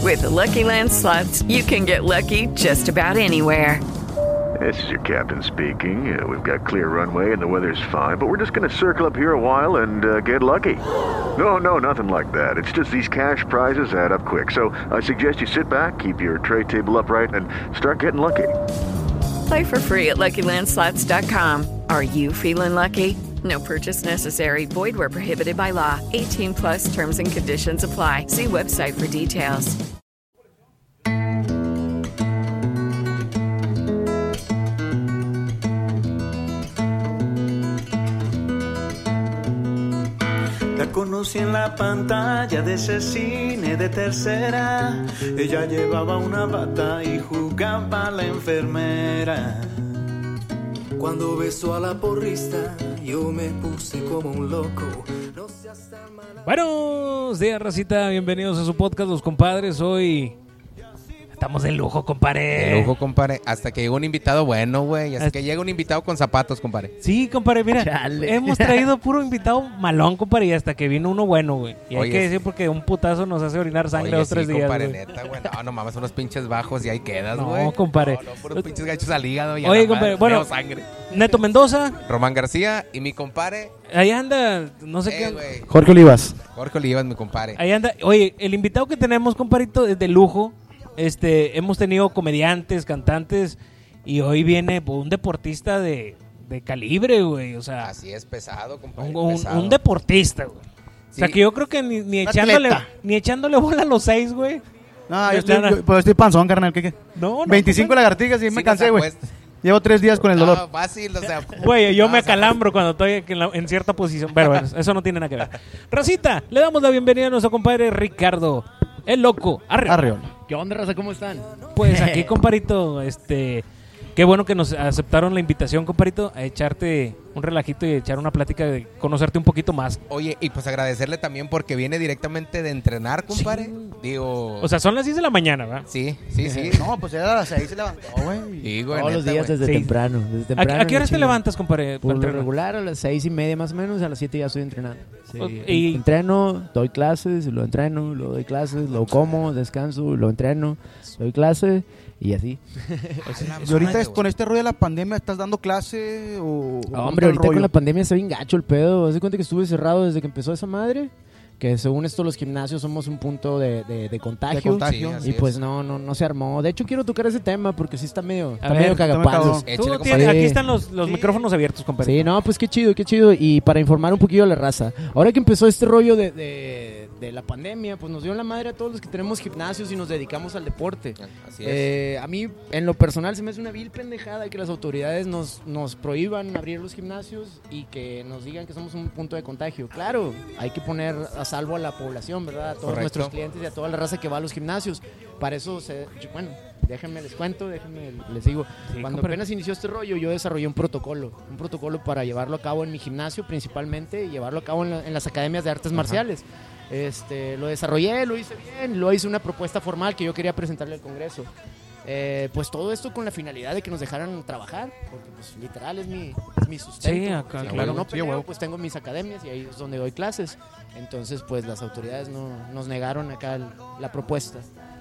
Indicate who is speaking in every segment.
Speaker 1: With the Lucky Land Slots, you can get lucky just about anywhere.
Speaker 2: This is your captain speaking. We've got clear runway and the weather's fine, but we're just going to circle up here a while and get lucky. No, nothing like that. It's just these cash prizes add up quick. So I suggest you sit back, keep your tray table upright, and start getting lucky.
Speaker 1: Play for free at LuckyLandSlots.com. Are you feeling lucky? No purchase necessary. Void where prohibited by law. 18 plus terms and conditions apply. See website for details.
Speaker 3: La conocí en la pantalla de ese cine de tercera. Ella llevaba una bata y jugaba a la enfermera. Cuando besó a la porrista, yo me puse como un loco. No seas tan mala.
Speaker 4: Buenos días, racita. Bienvenidos a su podcast, Los Compadres. Hoy estamos de lujo, compadre.
Speaker 5: De lujo, compadre. Hasta que llega un invitado bueno, güey. Hasta que llega un invitado con zapatos, compadre.
Speaker 4: Sí, compadre, mira.
Speaker 6: Chale.
Speaker 4: Hemos traído puro invitado malón, compadre. Y hasta que vino uno bueno, güey. Y hay
Speaker 5: Oye,
Speaker 4: que decir porque un putazo nos hace orinar sangre
Speaker 5: Oye,
Speaker 4: 2 3
Speaker 5: sí,
Speaker 4: días,
Speaker 5: compadre,
Speaker 4: güey.
Speaker 5: neta, güey. No mames, unos pinches bajos y ahí quedas,
Speaker 4: No,
Speaker 5: güey.
Speaker 4: compadre.
Speaker 5: No, puros pinches gachos al hígado. Y
Speaker 4: Oye,
Speaker 5: a la
Speaker 4: compadre,
Speaker 5: madre,
Speaker 4: bueno.
Speaker 5: veo sangre.
Speaker 4: Neto Mendoza,
Speaker 5: Román García y mi compadre.
Speaker 4: ahí anda, no sé qué.
Speaker 5: Güey.
Speaker 6: Jorge Olivas.
Speaker 5: Jorge Olivas, mi compadre.
Speaker 4: Ahí anda. Oye, el invitado que tenemos, compadrito, es de lujo. Hemos tenido comediantes, cantantes, y hoy viene un deportista de calibre, güey. O sea,
Speaker 5: Así es, pesado, compadre.
Speaker 4: un
Speaker 5: pesado.
Speaker 4: deportista, güey. O sea,
Speaker 5: Sí.
Speaker 4: que yo creo que ni
Speaker 6: Atleta.
Speaker 4: echándole bola a los 6, güey.
Speaker 6: No,
Speaker 4: No,
Speaker 6: pues estoy panzón, carnal. ¿Qué?
Speaker 4: No,
Speaker 6: 25
Speaker 4: compadre.
Speaker 6: lagartijas y
Speaker 5: Sí
Speaker 6: me
Speaker 5: nos
Speaker 6: cansé, güey.
Speaker 5: acuesta.
Speaker 6: Llevo 3 días con el dolor.
Speaker 5: No, fácil, o sea.
Speaker 4: Güey, yo
Speaker 5: no,
Speaker 4: me
Speaker 5: o sea,
Speaker 4: acalambro cuando estoy en cierta posición. Pero bueno, eso no tiene nada que ver. Racita, le damos la bienvenida a nuestro compadre Ricardo, el loco Arreola.
Speaker 6: Arreola.
Speaker 7: ¿Qué onda, raza? ¿Cómo están?
Speaker 4: Pues aquí, comparito, qué bueno que nos aceptaron la invitación, comparito, a echarte un relajito y echar una plática de conocerte un poquito más.
Speaker 5: Oye, y pues agradecerle también porque viene directamente de entrenar, compadre. Digo.
Speaker 4: O sea, son las 10 de la mañana, ¿verdad?
Speaker 5: Sí.
Speaker 6: No, pues ya a las 6 se levantó, güey.
Speaker 5: Sí, güey,
Speaker 7: Todos los
Speaker 5: neta,
Speaker 7: días
Speaker 5: güey.
Speaker 7: desde
Speaker 4: Sí.
Speaker 7: temprano. Desde
Speaker 4: ¿A
Speaker 7: temprano
Speaker 4: qué horas te
Speaker 7: chinga.
Speaker 4: levantas, compadre?
Speaker 7: Por
Speaker 4: para
Speaker 7: lo
Speaker 4: entrenar?
Speaker 7: regular a las 6:30 más o menos, a las 7 ya estoy entrenando. Sí.
Speaker 4: Y-
Speaker 7: Entreno, doy clases, lo entreno, lo doy clases, lo como, descanso, lo entreno, doy clases y así.
Speaker 6: Y ahorita con este rollo de la pandemia, ¿estás dando clase o
Speaker 7: Hombre, ahorita con la pandemia está bien gacho el pedo. Haz de cuenta que estuve cerrado desde que empezó esa madre. Que según esto los gimnasios somos un punto de contagio.
Speaker 6: De contagio.
Speaker 5: Sí, así
Speaker 7: Y pues
Speaker 5: es.
Speaker 7: no se armó. De hecho quiero tocar ese tema porque sí está medio
Speaker 4: A ver,
Speaker 7: cagapalos.
Speaker 4: Tú
Speaker 5: Échale,
Speaker 4: tienes-
Speaker 7: compadre.
Speaker 4: aquí están los micrófonos abiertos, compadre.
Speaker 7: Sí, no, pues qué chido. Y para informar un poquillo a la raza. Ahora que empezó este rollo de la pandemia, pues nos dio en la madre a todos los que tenemos gimnasios y nos dedicamos al deporte.
Speaker 5: Así es.
Speaker 7: A mí, en lo personal, se me hace una vil pendejada que las autoridades nos prohíban abrir los gimnasios y que nos digan que somos un punto de contagio. Claro, hay que poner a salvo a la población, ¿verdad? A todos
Speaker 5: Correcto.
Speaker 7: nuestros clientes y a toda la raza que va a los gimnasios. Para eso, bueno, déjenme les cuento, déjenme les digo.
Speaker 4: Sí,
Speaker 7: Cuando
Speaker 4: compadre.
Speaker 7: apenas inició este rollo, yo desarrollé un protocolo para llevarlo a cabo en mi gimnasio principalmente y llevarlo a cabo en las academias de artes marciales. Lo desarrollé, lo hice bien, lo hice una propuesta formal que yo quería presentarle al Congreso. Pues todo esto con la finalidad de que nos dejaran trabajar, porque pues literal es mi sustento.
Speaker 4: Sí, acá,
Speaker 7: Si
Speaker 4: claro.
Speaker 7: cuando no
Speaker 4: Sí,
Speaker 7: peleo,
Speaker 4: huevo.
Speaker 7: pues tengo mis academias y ahí es donde doy clases. Entonces pues las autoridades nos negaron acá la propuesta.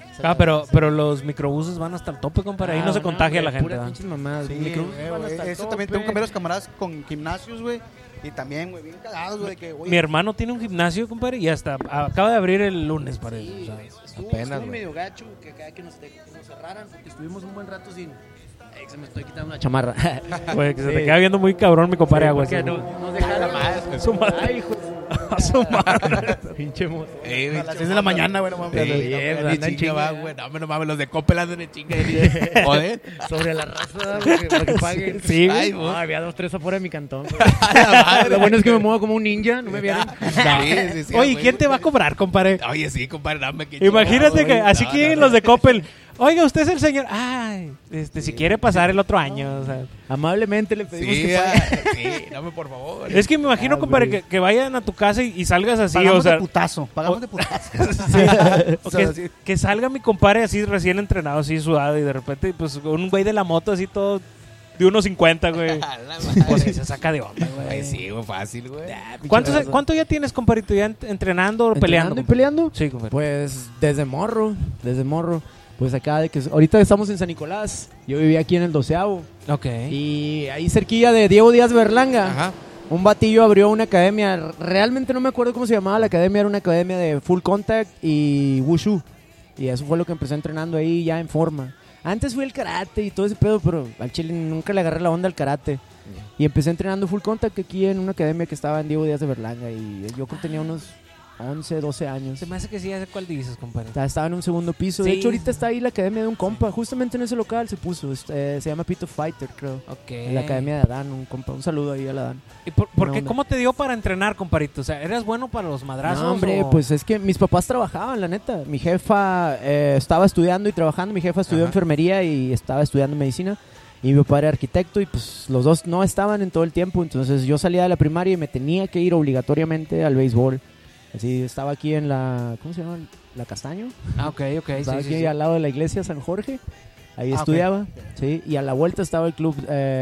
Speaker 4: Pero los microbuses van hasta el tope, compadre. Ahí no se contagia la gente,
Speaker 7: Pura
Speaker 4: ¿verdad?
Speaker 7: pinches mamadas.
Speaker 6: Sí,
Speaker 7: Microbuses
Speaker 6: güey,
Speaker 7: van hasta el
Speaker 6: eso
Speaker 7: tope.
Speaker 6: también tengo cambios camaradas con gimnasios, güey. Y también, güey, bien cagados, güey, que, güey.
Speaker 4: Mi hermano tiene un gimnasio, compadre, y hasta acaba de abrir el lunes, parece.
Speaker 7: Sí,
Speaker 4: o sea,
Speaker 7: estuvo
Speaker 5: apenas, güey.
Speaker 7: medio gacho que cada que nos cerraran porque estuvimos un buen rato sin... se me estoy quitando una chamarra.
Speaker 4: güey, que se te queda viendo muy cabrón, mi compadre. Agua.
Speaker 7: Porque nos dejaron...
Speaker 4: A su madre.
Speaker 7: Ay, hijo.
Speaker 4: A su madre.
Speaker 7: Pinche moto.
Speaker 6: A las 6 de la mañana, güey, no mames.
Speaker 5: Ni chinga, va, güey. No mames, los de Coppel andan en chinga. Joder.
Speaker 7: Sobre la raza, para que paguen.
Speaker 4: Sí, güey.
Speaker 5: Ay,
Speaker 7: No, había 2, 3 afuera de mi cantón.
Speaker 5: A la madre.
Speaker 7: Lo bueno es que me muevo como un ninja, no me vieron.
Speaker 5: Sí,
Speaker 4: Oye,
Speaker 5: güey.
Speaker 4: ¿quién te va a cobrar, compadre?
Speaker 5: Oye, sí, compadre, dame que
Speaker 4: Imagínate que así
Speaker 5: No,
Speaker 4: quieren
Speaker 5: no,
Speaker 4: los de Coppel. Oiga, usted es el señor. Ay, si quiere pasar el otro año. O sea.
Speaker 7: Amablemente le pedimos
Speaker 5: Sí,
Speaker 7: que pague.
Speaker 5: sí, dame por favor.
Speaker 4: Es que me imagino,
Speaker 7: Ah,
Speaker 4: compadre,
Speaker 7: güey.
Speaker 4: que vayan a tu casa y salgas así.
Speaker 6: Pagamos
Speaker 4: o sea,
Speaker 6: de putazo, pagamos de putazo.
Speaker 4: sí, o
Speaker 6: O sea,
Speaker 4: que salga mi compadre así recién entrenado, así sudado. Y de repente, pues un güey de la moto así todo de 1.50, güey.
Speaker 5: A la madre.
Speaker 4: Pues sí, se saca de onda, güey.
Speaker 5: Ay, sí, güey, fácil, güey.
Speaker 4: ¿Cuánto ya tienes, compadrito? ¿Ya entrenando o peleando?
Speaker 7: ¿Y peleando?
Speaker 4: Sí, compadre.
Speaker 7: Pues desde morro. Pues acá de que ahorita estamos en San Nicolás. Yo vivía aquí en el 12avo.
Speaker 4: Ok.
Speaker 7: Y ahí cerquilla de Diego Díaz Berlanga.
Speaker 5: Ajá.
Speaker 7: Un batillo abrió una academia. Realmente no me acuerdo cómo se llamaba la academia. Era una academia de full contact y wushu. Y eso fue lo que empecé entrenando ahí ya en forma. Antes fui al karate y todo ese pedo, pero al chile nunca le agarré la onda al karate. Y empecé entrenando full contact aquí en una academia que estaba en Diego Díaz de Berlanga. Y yo creo que tenía unos 11, 12 años.
Speaker 4: Se me hace que sí, ya sé cuál dices, compadre.
Speaker 7: Estaba en un segundo piso.
Speaker 4: Sí.
Speaker 7: De hecho, ahorita está ahí la academia de un compa. Justamente en ese local se puso. Se llama Pito Fighter, creo.
Speaker 4: Ok.
Speaker 7: En la academia de Adán, un compa. Un saludo ahí al Adán.
Speaker 4: ¿Y por
Speaker 7: Buena
Speaker 4: qué?
Speaker 7: onda.
Speaker 4: ¿Cómo te dio para entrenar, compadrito? O sea, ¿eras bueno para los madrazos?
Speaker 7: No, hombre,
Speaker 4: o...?
Speaker 7: pues es que mis papás trabajaban, la neta. Mi jefa estaba estudiando y trabajando. Mi jefa estudió enfermería y estaba estudiando medicina. Y mi papá era arquitecto y pues los dos no estaban en todo el tiempo. Entonces yo salía de la primaria y me tenía que ir obligatoriamente al béisbol. Así estaba aquí en la... ¿Cómo se llama? ¿La Castaño?
Speaker 4: Ah, ok.
Speaker 7: Estaba
Speaker 4: Sí,
Speaker 7: aquí
Speaker 4: sí.
Speaker 7: al lado de la iglesia San Jorge. Ahí
Speaker 4: Ah,
Speaker 7: estudiaba. Sí, y a la vuelta estaba el club...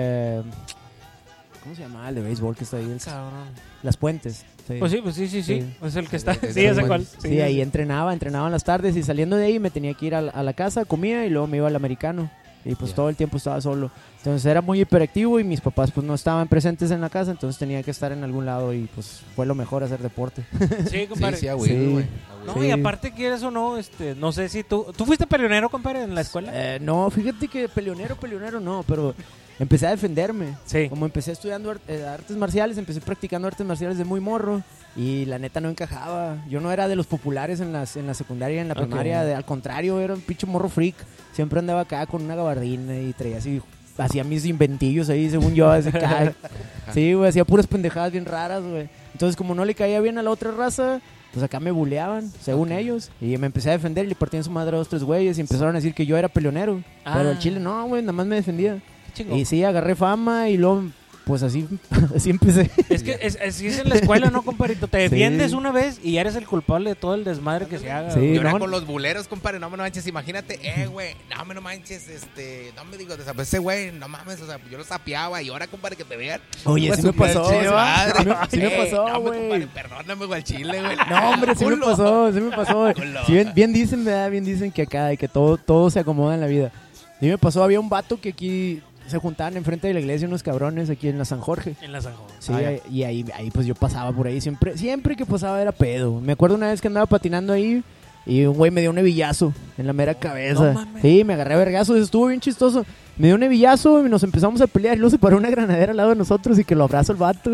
Speaker 7: ¿cómo se llama el de béisbol que está ahí?
Speaker 4: Cabrón.
Speaker 7: Las Puentes. Sí.
Speaker 4: Pues sí.
Speaker 7: Sí.
Speaker 4: Es el que está.
Speaker 5: Sí,
Speaker 4: Sí, ese cual.
Speaker 7: Sí, ahí entrenaba en las tardes y saliendo de ahí me tenía que ir a la casa, comía y luego me iba al americano. Y pues todo el tiempo estaba solo. Entonces era muy hiperactivo y mis papás pues no estaban presentes en la casa, entonces tenía que estar en algún lado y pues fue lo mejor hacer deporte.
Speaker 4: Sí, compadre.
Speaker 5: Sí, sí, a güey,
Speaker 7: Sí.
Speaker 5: güey.
Speaker 4: No,
Speaker 7: Sí.
Speaker 4: y aparte quieres o no, no sé si tú fuiste peleonero, compadre, en la escuela.
Speaker 7: No, fíjate que peleonero no, pero empecé a defenderme.
Speaker 4: Sí.
Speaker 7: Como empecé estudiando artes marciales, empecé practicando artes marciales de muy morro y la neta no encajaba. Yo no era de los populares en la secundaria, en la primaria, al contrario, era un pinche morro freak. Siempre andaba acá con una gabardina y traía así, hacía mis inventillos ahí, según yo, así acá. Sí, güey, hacía puras pendejadas bien raras, güey. Entonces, como no le caía bien a la otra raza, pues acá me buleaban, según ellos. Y me empecé a defender y le partían su madre a 2, 3 güeyes y empezaron a decir que yo era peleonero. Pero el chile no, güey, nada más me defendía.
Speaker 4: Qué chingón.
Speaker 7: Y sí, agarré fama y luego, pues así empecé.
Speaker 4: Es que así es en la escuela, ¿no, compadrito? Te defiendes una vez y ya eres el culpable de todo el desmadre que se haga.
Speaker 7: Sí.
Speaker 5: Y ahora
Speaker 7: no.
Speaker 5: con los buleros, compadre, no me manches, imagínate, güey, no manches, no me digo, ese güey, no mames, o sea, yo lo sapeaba y ahora, compadre, que te vean.
Speaker 7: Oye,
Speaker 5: Pues,
Speaker 7: sí me
Speaker 5: su
Speaker 7: pasó,
Speaker 5: pinche
Speaker 7: ¿sí, va?
Speaker 5: madre.
Speaker 7: Sí me pasó,
Speaker 5: No,
Speaker 7: güey.
Speaker 5: compadre, perdóname, güey, al chile, güey.
Speaker 7: No, hombre, sí me pasó.
Speaker 5: Culo.
Speaker 7: Sí, bien dicen, ¿verdad? Bien dicen que acá y que todo se acomoda en la vida. Sí me pasó, había un vato que aquí se juntaban enfrente de la iglesia unos cabrones aquí en la San Jorge.
Speaker 4: En la San Jorge.
Speaker 7: Sí, y ahí pues yo pasaba por ahí, siempre que pasaba era pedo. Me acuerdo una vez que andaba patinando ahí y un güey me dio un hebillazo en la mera cabeza.
Speaker 4: No mames.
Speaker 7: Sí, me agarré a vergazos, estuvo bien chistoso. Me dio un hebillazo y nos empezamos a pelear y luego se paró una granadera al lado de nosotros y que lo abrazo el vato.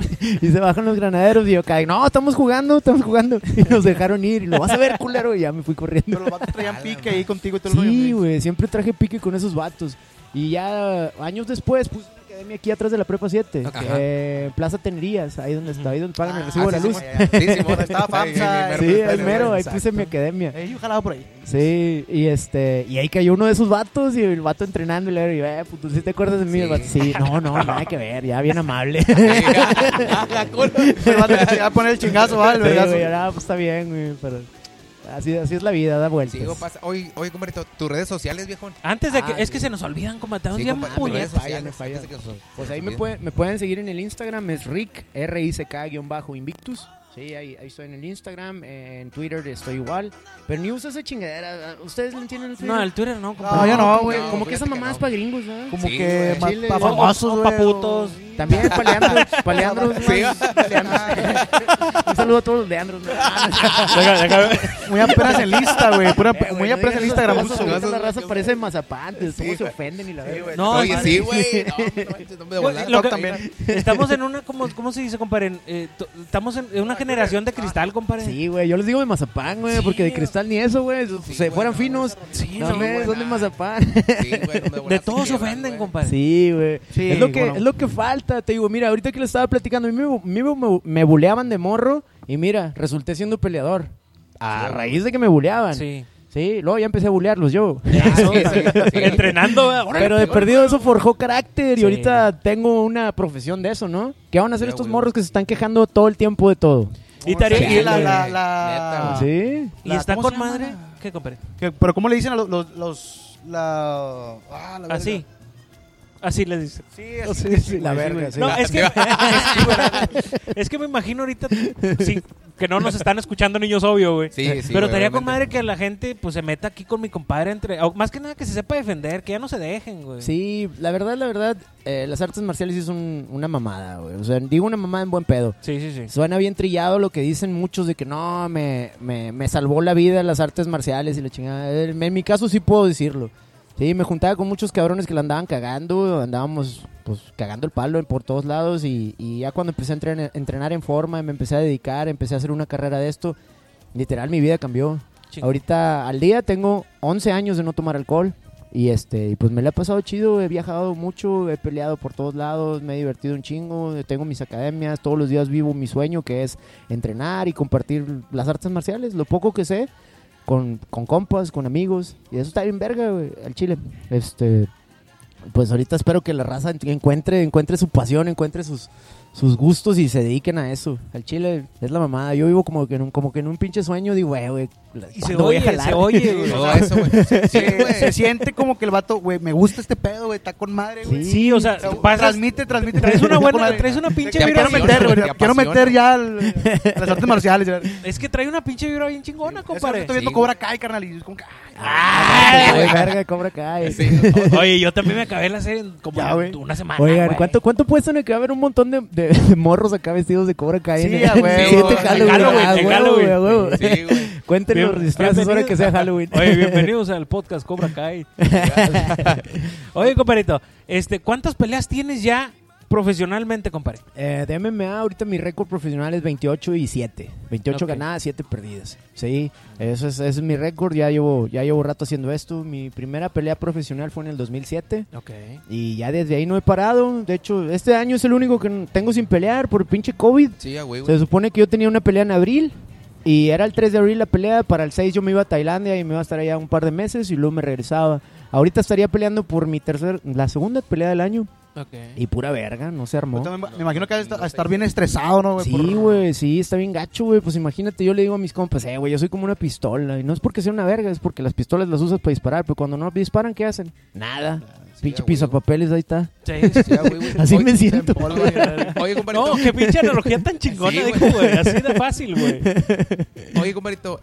Speaker 7: Y se bajan los granaderos y yo caí, no, estamos jugando. Y nos dejaron ir y lo vas a ver, culero, y ya me fui corriendo.
Speaker 6: Pero los vatos traían pique ahí contigo y todo el rollo.
Speaker 7: Sí, güey, siempre traje pique con esos vatos. Y ya años después puse una academia aquí atrás de la Prepa 7, Plaza Tenerías, ahí donde está, ahí donde pagan el recibo de la luz.
Speaker 5: Sí, Simón,
Speaker 6: Estaba FAMSA.
Speaker 7: Sí, es mero, ahí puse mi academia.
Speaker 6: Yo jalaba por ahí.
Speaker 7: Sí, y ahí cayó uno de esos vatos y el vato entrenando y le digo, puto, ¿sí te acuerdas de mí?
Speaker 5: Sí.
Speaker 7: El vato, sí, no, nada que ver, ya bien amable.
Speaker 6: El vato que te iba a poner el chingazo, ¿vale?
Speaker 7: Sí,
Speaker 6: vergazo.
Speaker 7: güey, pues está bien, güey, pero así es la vida, da vueltas.
Speaker 5: Sigo pasa. Oye, compadre, tus redes sociales, viejón.
Speaker 4: Antes de que, es
Speaker 5: sí.
Speaker 4: que se nos olvidan, compadre. Tenemos
Speaker 5: Sí,
Speaker 4: ya
Speaker 5: compadre,
Speaker 4: puñetas.
Speaker 5: tus redes
Speaker 7: me
Speaker 5: sociales,
Speaker 7: falla.
Speaker 5: antes de que
Speaker 7: Pues ahí
Speaker 5: se
Speaker 7: me pueden seguir en el Instagram, es Rick, RICK-Invictus. Sí, ahí estoy en el Instagram, en Twitter estoy igual. Pero ni uso esa chingadera. ¿Ustedes le entienden el Twitter?
Speaker 4: No, el Twitter no,
Speaker 6: No,
Speaker 4: compadre.
Speaker 6: yo no, güey.
Speaker 7: Como que esa
Speaker 5: fíjate
Speaker 7: mamá
Speaker 5: no.
Speaker 7: es para gringos, ¿verdad?
Speaker 6: Como
Speaker 5: Sí,
Speaker 6: que
Speaker 5: güey.
Speaker 7: Chile,
Speaker 6: para
Speaker 7: o-
Speaker 6: famosos,
Speaker 4: o
Speaker 6: güey.
Speaker 4: pa' putos.
Speaker 7: También paleandros.
Speaker 5: Sí.
Speaker 7: Un saludo a todos los leandros. ¿no?
Speaker 6: Muy apenas en lista, güey. Muy apenas en Instagram.
Speaker 7: La raza parece mazapán, cómo se ofenden y la verdad.
Speaker 4: No,
Speaker 5: Oye,
Speaker 4: madre.
Speaker 5: sí, güey. No manches, no me de volar.
Speaker 4: Lo que-
Speaker 6: también.
Speaker 4: Estamos en una, ¿cómo se dice, compadre? Estamos en una generación de cristal, compadre.
Speaker 7: Sí, güey, yo les digo de mazapán, güey, porque de cristal ni eso, güey. Se fueran
Speaker 5: no,
Speaker 7: finos.
Speaker 4: Sí,
Speaker 7: No,
Speaker 4: no,
Speaker 7: me,
Speaker 5: güey,
Speaker 7: son de
Speaker 5: nada.
Speaker 7: mazapán.
Speaker 5: Sí, güey, no me de volar
Speaker 4: De todos se
Speaker 5: quiebran,
Speaker 4: ofenden,
Speaker 5: güey.
Speaker 4: compadre.
Speaker 7: Sí, güey.
Speaker 6: Sí,
Speaker 7: es
Speaker 6: bueno.
Speaker 7: lo que falta, te digo, mira, ahorita que le estaba platicando, a mí me buleaban de morro y mira, resulté siendo peleador. A raíz de que me buleaban.
Speaker 4: Sí.
Speaker 7: Sí, luego ya empecé a bulearlos yo.
Speaker 4: Entrenando, órale.
Speaker 7: Pero de perdido eso forjó carácter y
Speaker 4: Sí.
Speaker 7: ahorita tengo una profesión de eso, ¿no? ¿Qué van a hacer
Speaker 5: Ya,
Speaker 7: estos
Speaker 5: güey.
Speaker 7: morros que se están quejando todo el tiempo de todo?
Speaker 4: Y tarea-
Speaker 6: Sí,
Speaker 4: y-
Speaker 6: la-
Speaker 5: Neta,
Speaker 7: ¿Sí?
Speaker 4: ¿Y
Speaker 6: la-
Speaker 4: está
Speaker 6: ¿cómo
Speaker 4: con
Speaker 6: se llama?
Speaker 4: madre? ¿Qué, compadre?
Speaker 6: Pero ¿cómo le dicen a los
Speaker 4: Así. Así les dice.
Speaker 6: Sí,
Speaker 7: Sí, la verga, sí.
Speaker 4: No, es que me imagino ahorita sí, que no nos están escuchando niños, obvio, güey.
Speaker 5: Sí,
Speaker 4: Pero estaría
Speaker 5: obviamente.
Speaker 4: con madre que la gente pues se meta aquí con mi compadre más que nada que se sepa defender, que ya no se dejen, güey.
Speaker 7: Sí, la verdad, las artes marciales sí son una mamada, güey. O sea, digo una mamada en buen pedo.
Speaker 4: Sí, sí, sí.
Speaker 7: Suena bien trillado lo que dicen muchos de que no, me salvó la vida las artes marciales y la chingada. En mi caso sí puedo decirlo. Sí, me juntaba con muchos cabrones que la andaban cagando, andábamos pues cagando el palo por todos lados y ya cuando empecé a entrenar en forma, me empecé a dedicar, empecé a hacer una carrera de esto, literal mi vida cambió.
Speaker 4: Chingón.
Speaker 7: Ahorita al día tengo 11 años de no tomar alcohol y pues me la he pasado chido, he viajado mucho, he peleado por todos lados, me he divertido un chingo, tengo mis academias, todos los días vivo mi sueño que es entrenar y compartir las artes marciales, lo poco que sé. Con compas, con amigos, y eso está bien verga, güey, al chile. Pues ahorita espero que la raza encuentre su pasión, encuentre sus gustos y se dediquen a eso. Al chile es la mamada. Yo vivo como que en un pinche sueño, digo, güey,
Speaker 4: Y se oye, güey.
Speaker 5: Todo eso, güey. Sí, güey.
Speaker 6: Se siente como que el vato, güey, me gusta este pedo, güey, está con madre, güey.
Speaker 4: Sí, o sea,
Speaker 6: Transmite.
Speaker 4: traes una pinche
Speaker 6: Ya
Speaker 4: vibra
Speaker 6: quiero
Speaker 4: bien-
Speaker 6: meter, güey,
Speaker 5: te
Speaker 6: quiero
Speaker 5: apasiona.
Speaker 6: meter ya las artes marciales. güey.
Speaker 4: Es que trae una pinche vibra bien chingona,
Speaker 6: Eso
Speaker 4: compadre.
Speaker 6: estoy viendo
Speaker 5: Sí,
Speaker 6: Cobra Kai, carnal, y es como que...
Speaker 7: Güey, verga, Cobra Kai.
Speaker 5: Sí.
Speaker 4: Oye, yo también me acabé la serie en como
Speaker 6: Ya, güey.
Speaker 4: una semana.
Speaker 7: Oigan,
Speaker 4: güey.
Speaker 7: ¿cuánto puesto en el que va a haber un montón de morros acá vestidos de Cobra Kai?
Speaker 6: Sí,
Speaker 7: en
Speaker 6: a huevo.
Speaker 7: siguiente
Speaker 6: Sí,
Speaker 7: Halloween,
Speaker 4: Halloween,
Speaker 7: a
Speaker 4: en
Speaker 7: huevo,
Speaker 4: Halloween.
Speaker 7: güey, a huevo.
Speaker 5: Sí, güey.
Speaker 7: Cuenten los disfraces ahora que sea Halloween.
Speaker 4: Oye, bienvenidos al podcast Cobra Kai. Oye, compadrito, ¿cuántas peleas tienes ya profesionalmente, compadre?
Speaker 7: De MMA, ahorita mi récord profesional es 28-7. 28
Speaker 4: Ok.
Speaker 7: ganadas, 7 perdidas. Sí, ese es mi récord. Ya llevo rato haciendo esto. Mi primera pelea profesional fue en el 2007.
Speaker 4: Ok.
Speaker 7: Y ya desde ahí no he parado. De hecho, este año es el único que tengo sin pelear por pinche COVID.
Speaker 5: Sí, güey.
Speaker 7: Se supone que yo tenía una pelea en abril. Y era el 3 de abril la pelea. Para el 6 yo me iba a Tailandia y me iba a estar allá un par de meses. Y luego me regresaba. Ahorita estaría peleando por la segunda pelea del año.
Speaker 4: Ok.
Speaker 7: Y pura verga, no se armó.
Speaker 6: Ahorita me imagino que va a estar bien estresado, ¿no, güey?
Speaker 7: Sí, güey, sí, está bien gacho, güey. Pues imagínate, yo le digo a mis compas, güey, yo soy como una pistola. Y no es porque sea una verga, es porque las pistolas las usas para disparar. Pero cuando no disparan, ¿qué hacen? Nada. Pinche
Speaker 5: güey.
Speaker 7: pisapapeles, ahí está.
Speaker 4: Sí.
Speaker 5: Sí, güey, güey.
Speaker 7: Así
Speaker 5: Oye,
Speaker 7: me siento.
Speaker 5: Oye, compadrito.
Speaker 4: No, qué pinche analogía tan chingona,
Speaker 5: Sí,
Speaker 4: dijo, güey. Así de fácil, güey.
Speaker 5: Oye, compadrito.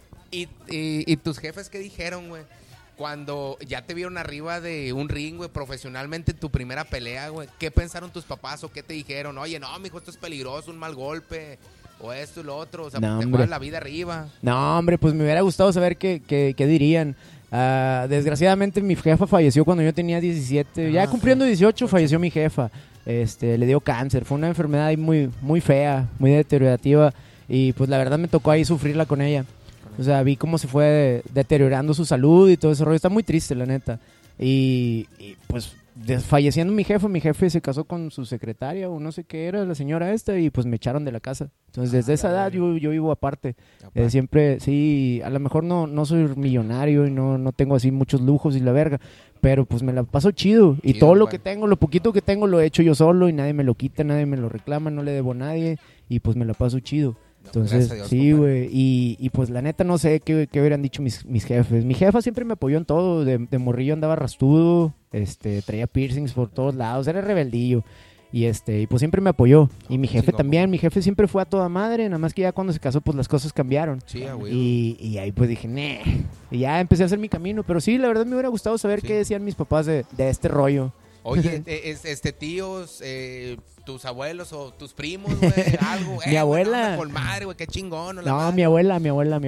Speaker 5: ¿Y tus jefes qué dijeron, güey? Cuando ya te vieron arriba de un ring, güey, profesionalmente en tu primera pelea, güey, ¿qué pensaron tus papás o qué te dijeron? Oye, no, mijo, esto es peligroso, un mal golpe, o esto y lo otro, o sea,
Speaker 7: No,
Speaker 5: te
Speaker 7: hombre.
Speaker 5: juegas la vida arriba.
Speaker 7: No, hombre, pues me hubiera gustado saber qué dirían. Desgraciadamente mi jefa falleció cuando yo tenía 17. Ya cumpliendo 18 falleció mi jefa. Le dio cáncer. Fue una enfermedad ahí muy, muy fea, muy deteriorativa. Y pues la verdad me tocó ahí sufrirla con ella. O sea, vi cómo se fue deteriorando su salud y todo ese rollo. Está muy triste, la neta. Y pues falleciendo mi jefe se casó con su secretaria o no sé qué era, la señora esta, y pues me echaron de la casa. Entonces desde esa edad yo vivo aparte. Siempre, sí, a lo mejor no soy millonario y no tengo así muchos lujos y la verga, pero pues me la paso chido. Y
Speaker 5: Chido,
Speaker 7: todo lo
Speaker 5: güey.
Speaker 7: que tengo, lo poquito que tengo lo he hecho yo solo y nadie me lo quita, nadie me lo reclama, no le debo a nadie y pues me la paso chido. Entonces,
Speaker 5: Gracias a Dios,
Speaker 7: sí,
Speaker 5: compadre.
Speaker 7: güey. Y pues la neta no sé qué hubieran dicho mis jefes. Mi jefa siempre me apoyó en todo. De morrillo andaba rastudo, traía piercings por todos lados, era rebeldillo. Y pues siempre me apoyó. Y mi jefe
Speaker 5: chingón,
Speaker 7: también, mi jefe siempre fue a toda madre, nada más que ya cuando se casó pues las cosas cambiaron.
Speaker 5: Sí, güey.
Speaker 7: Y ahí pues dije, "Neh". Y ya empecé a hacer mi camino. Pero sí, la verdad me hubiera gustado saber
Speaker 5: Sí.
Speaker 7: qué decían mis papás de este rollo.
Speaker 5: Oye, tíos, tus abuelos o tus primos, güey, algo.
Speaker 7: Mi abuela.
Speaker 5: Güey, no, anda con madre, güey, qué chingón. la
Speaker 7: No,
Speaker 5: madre.
Speaker 7: mi abuela.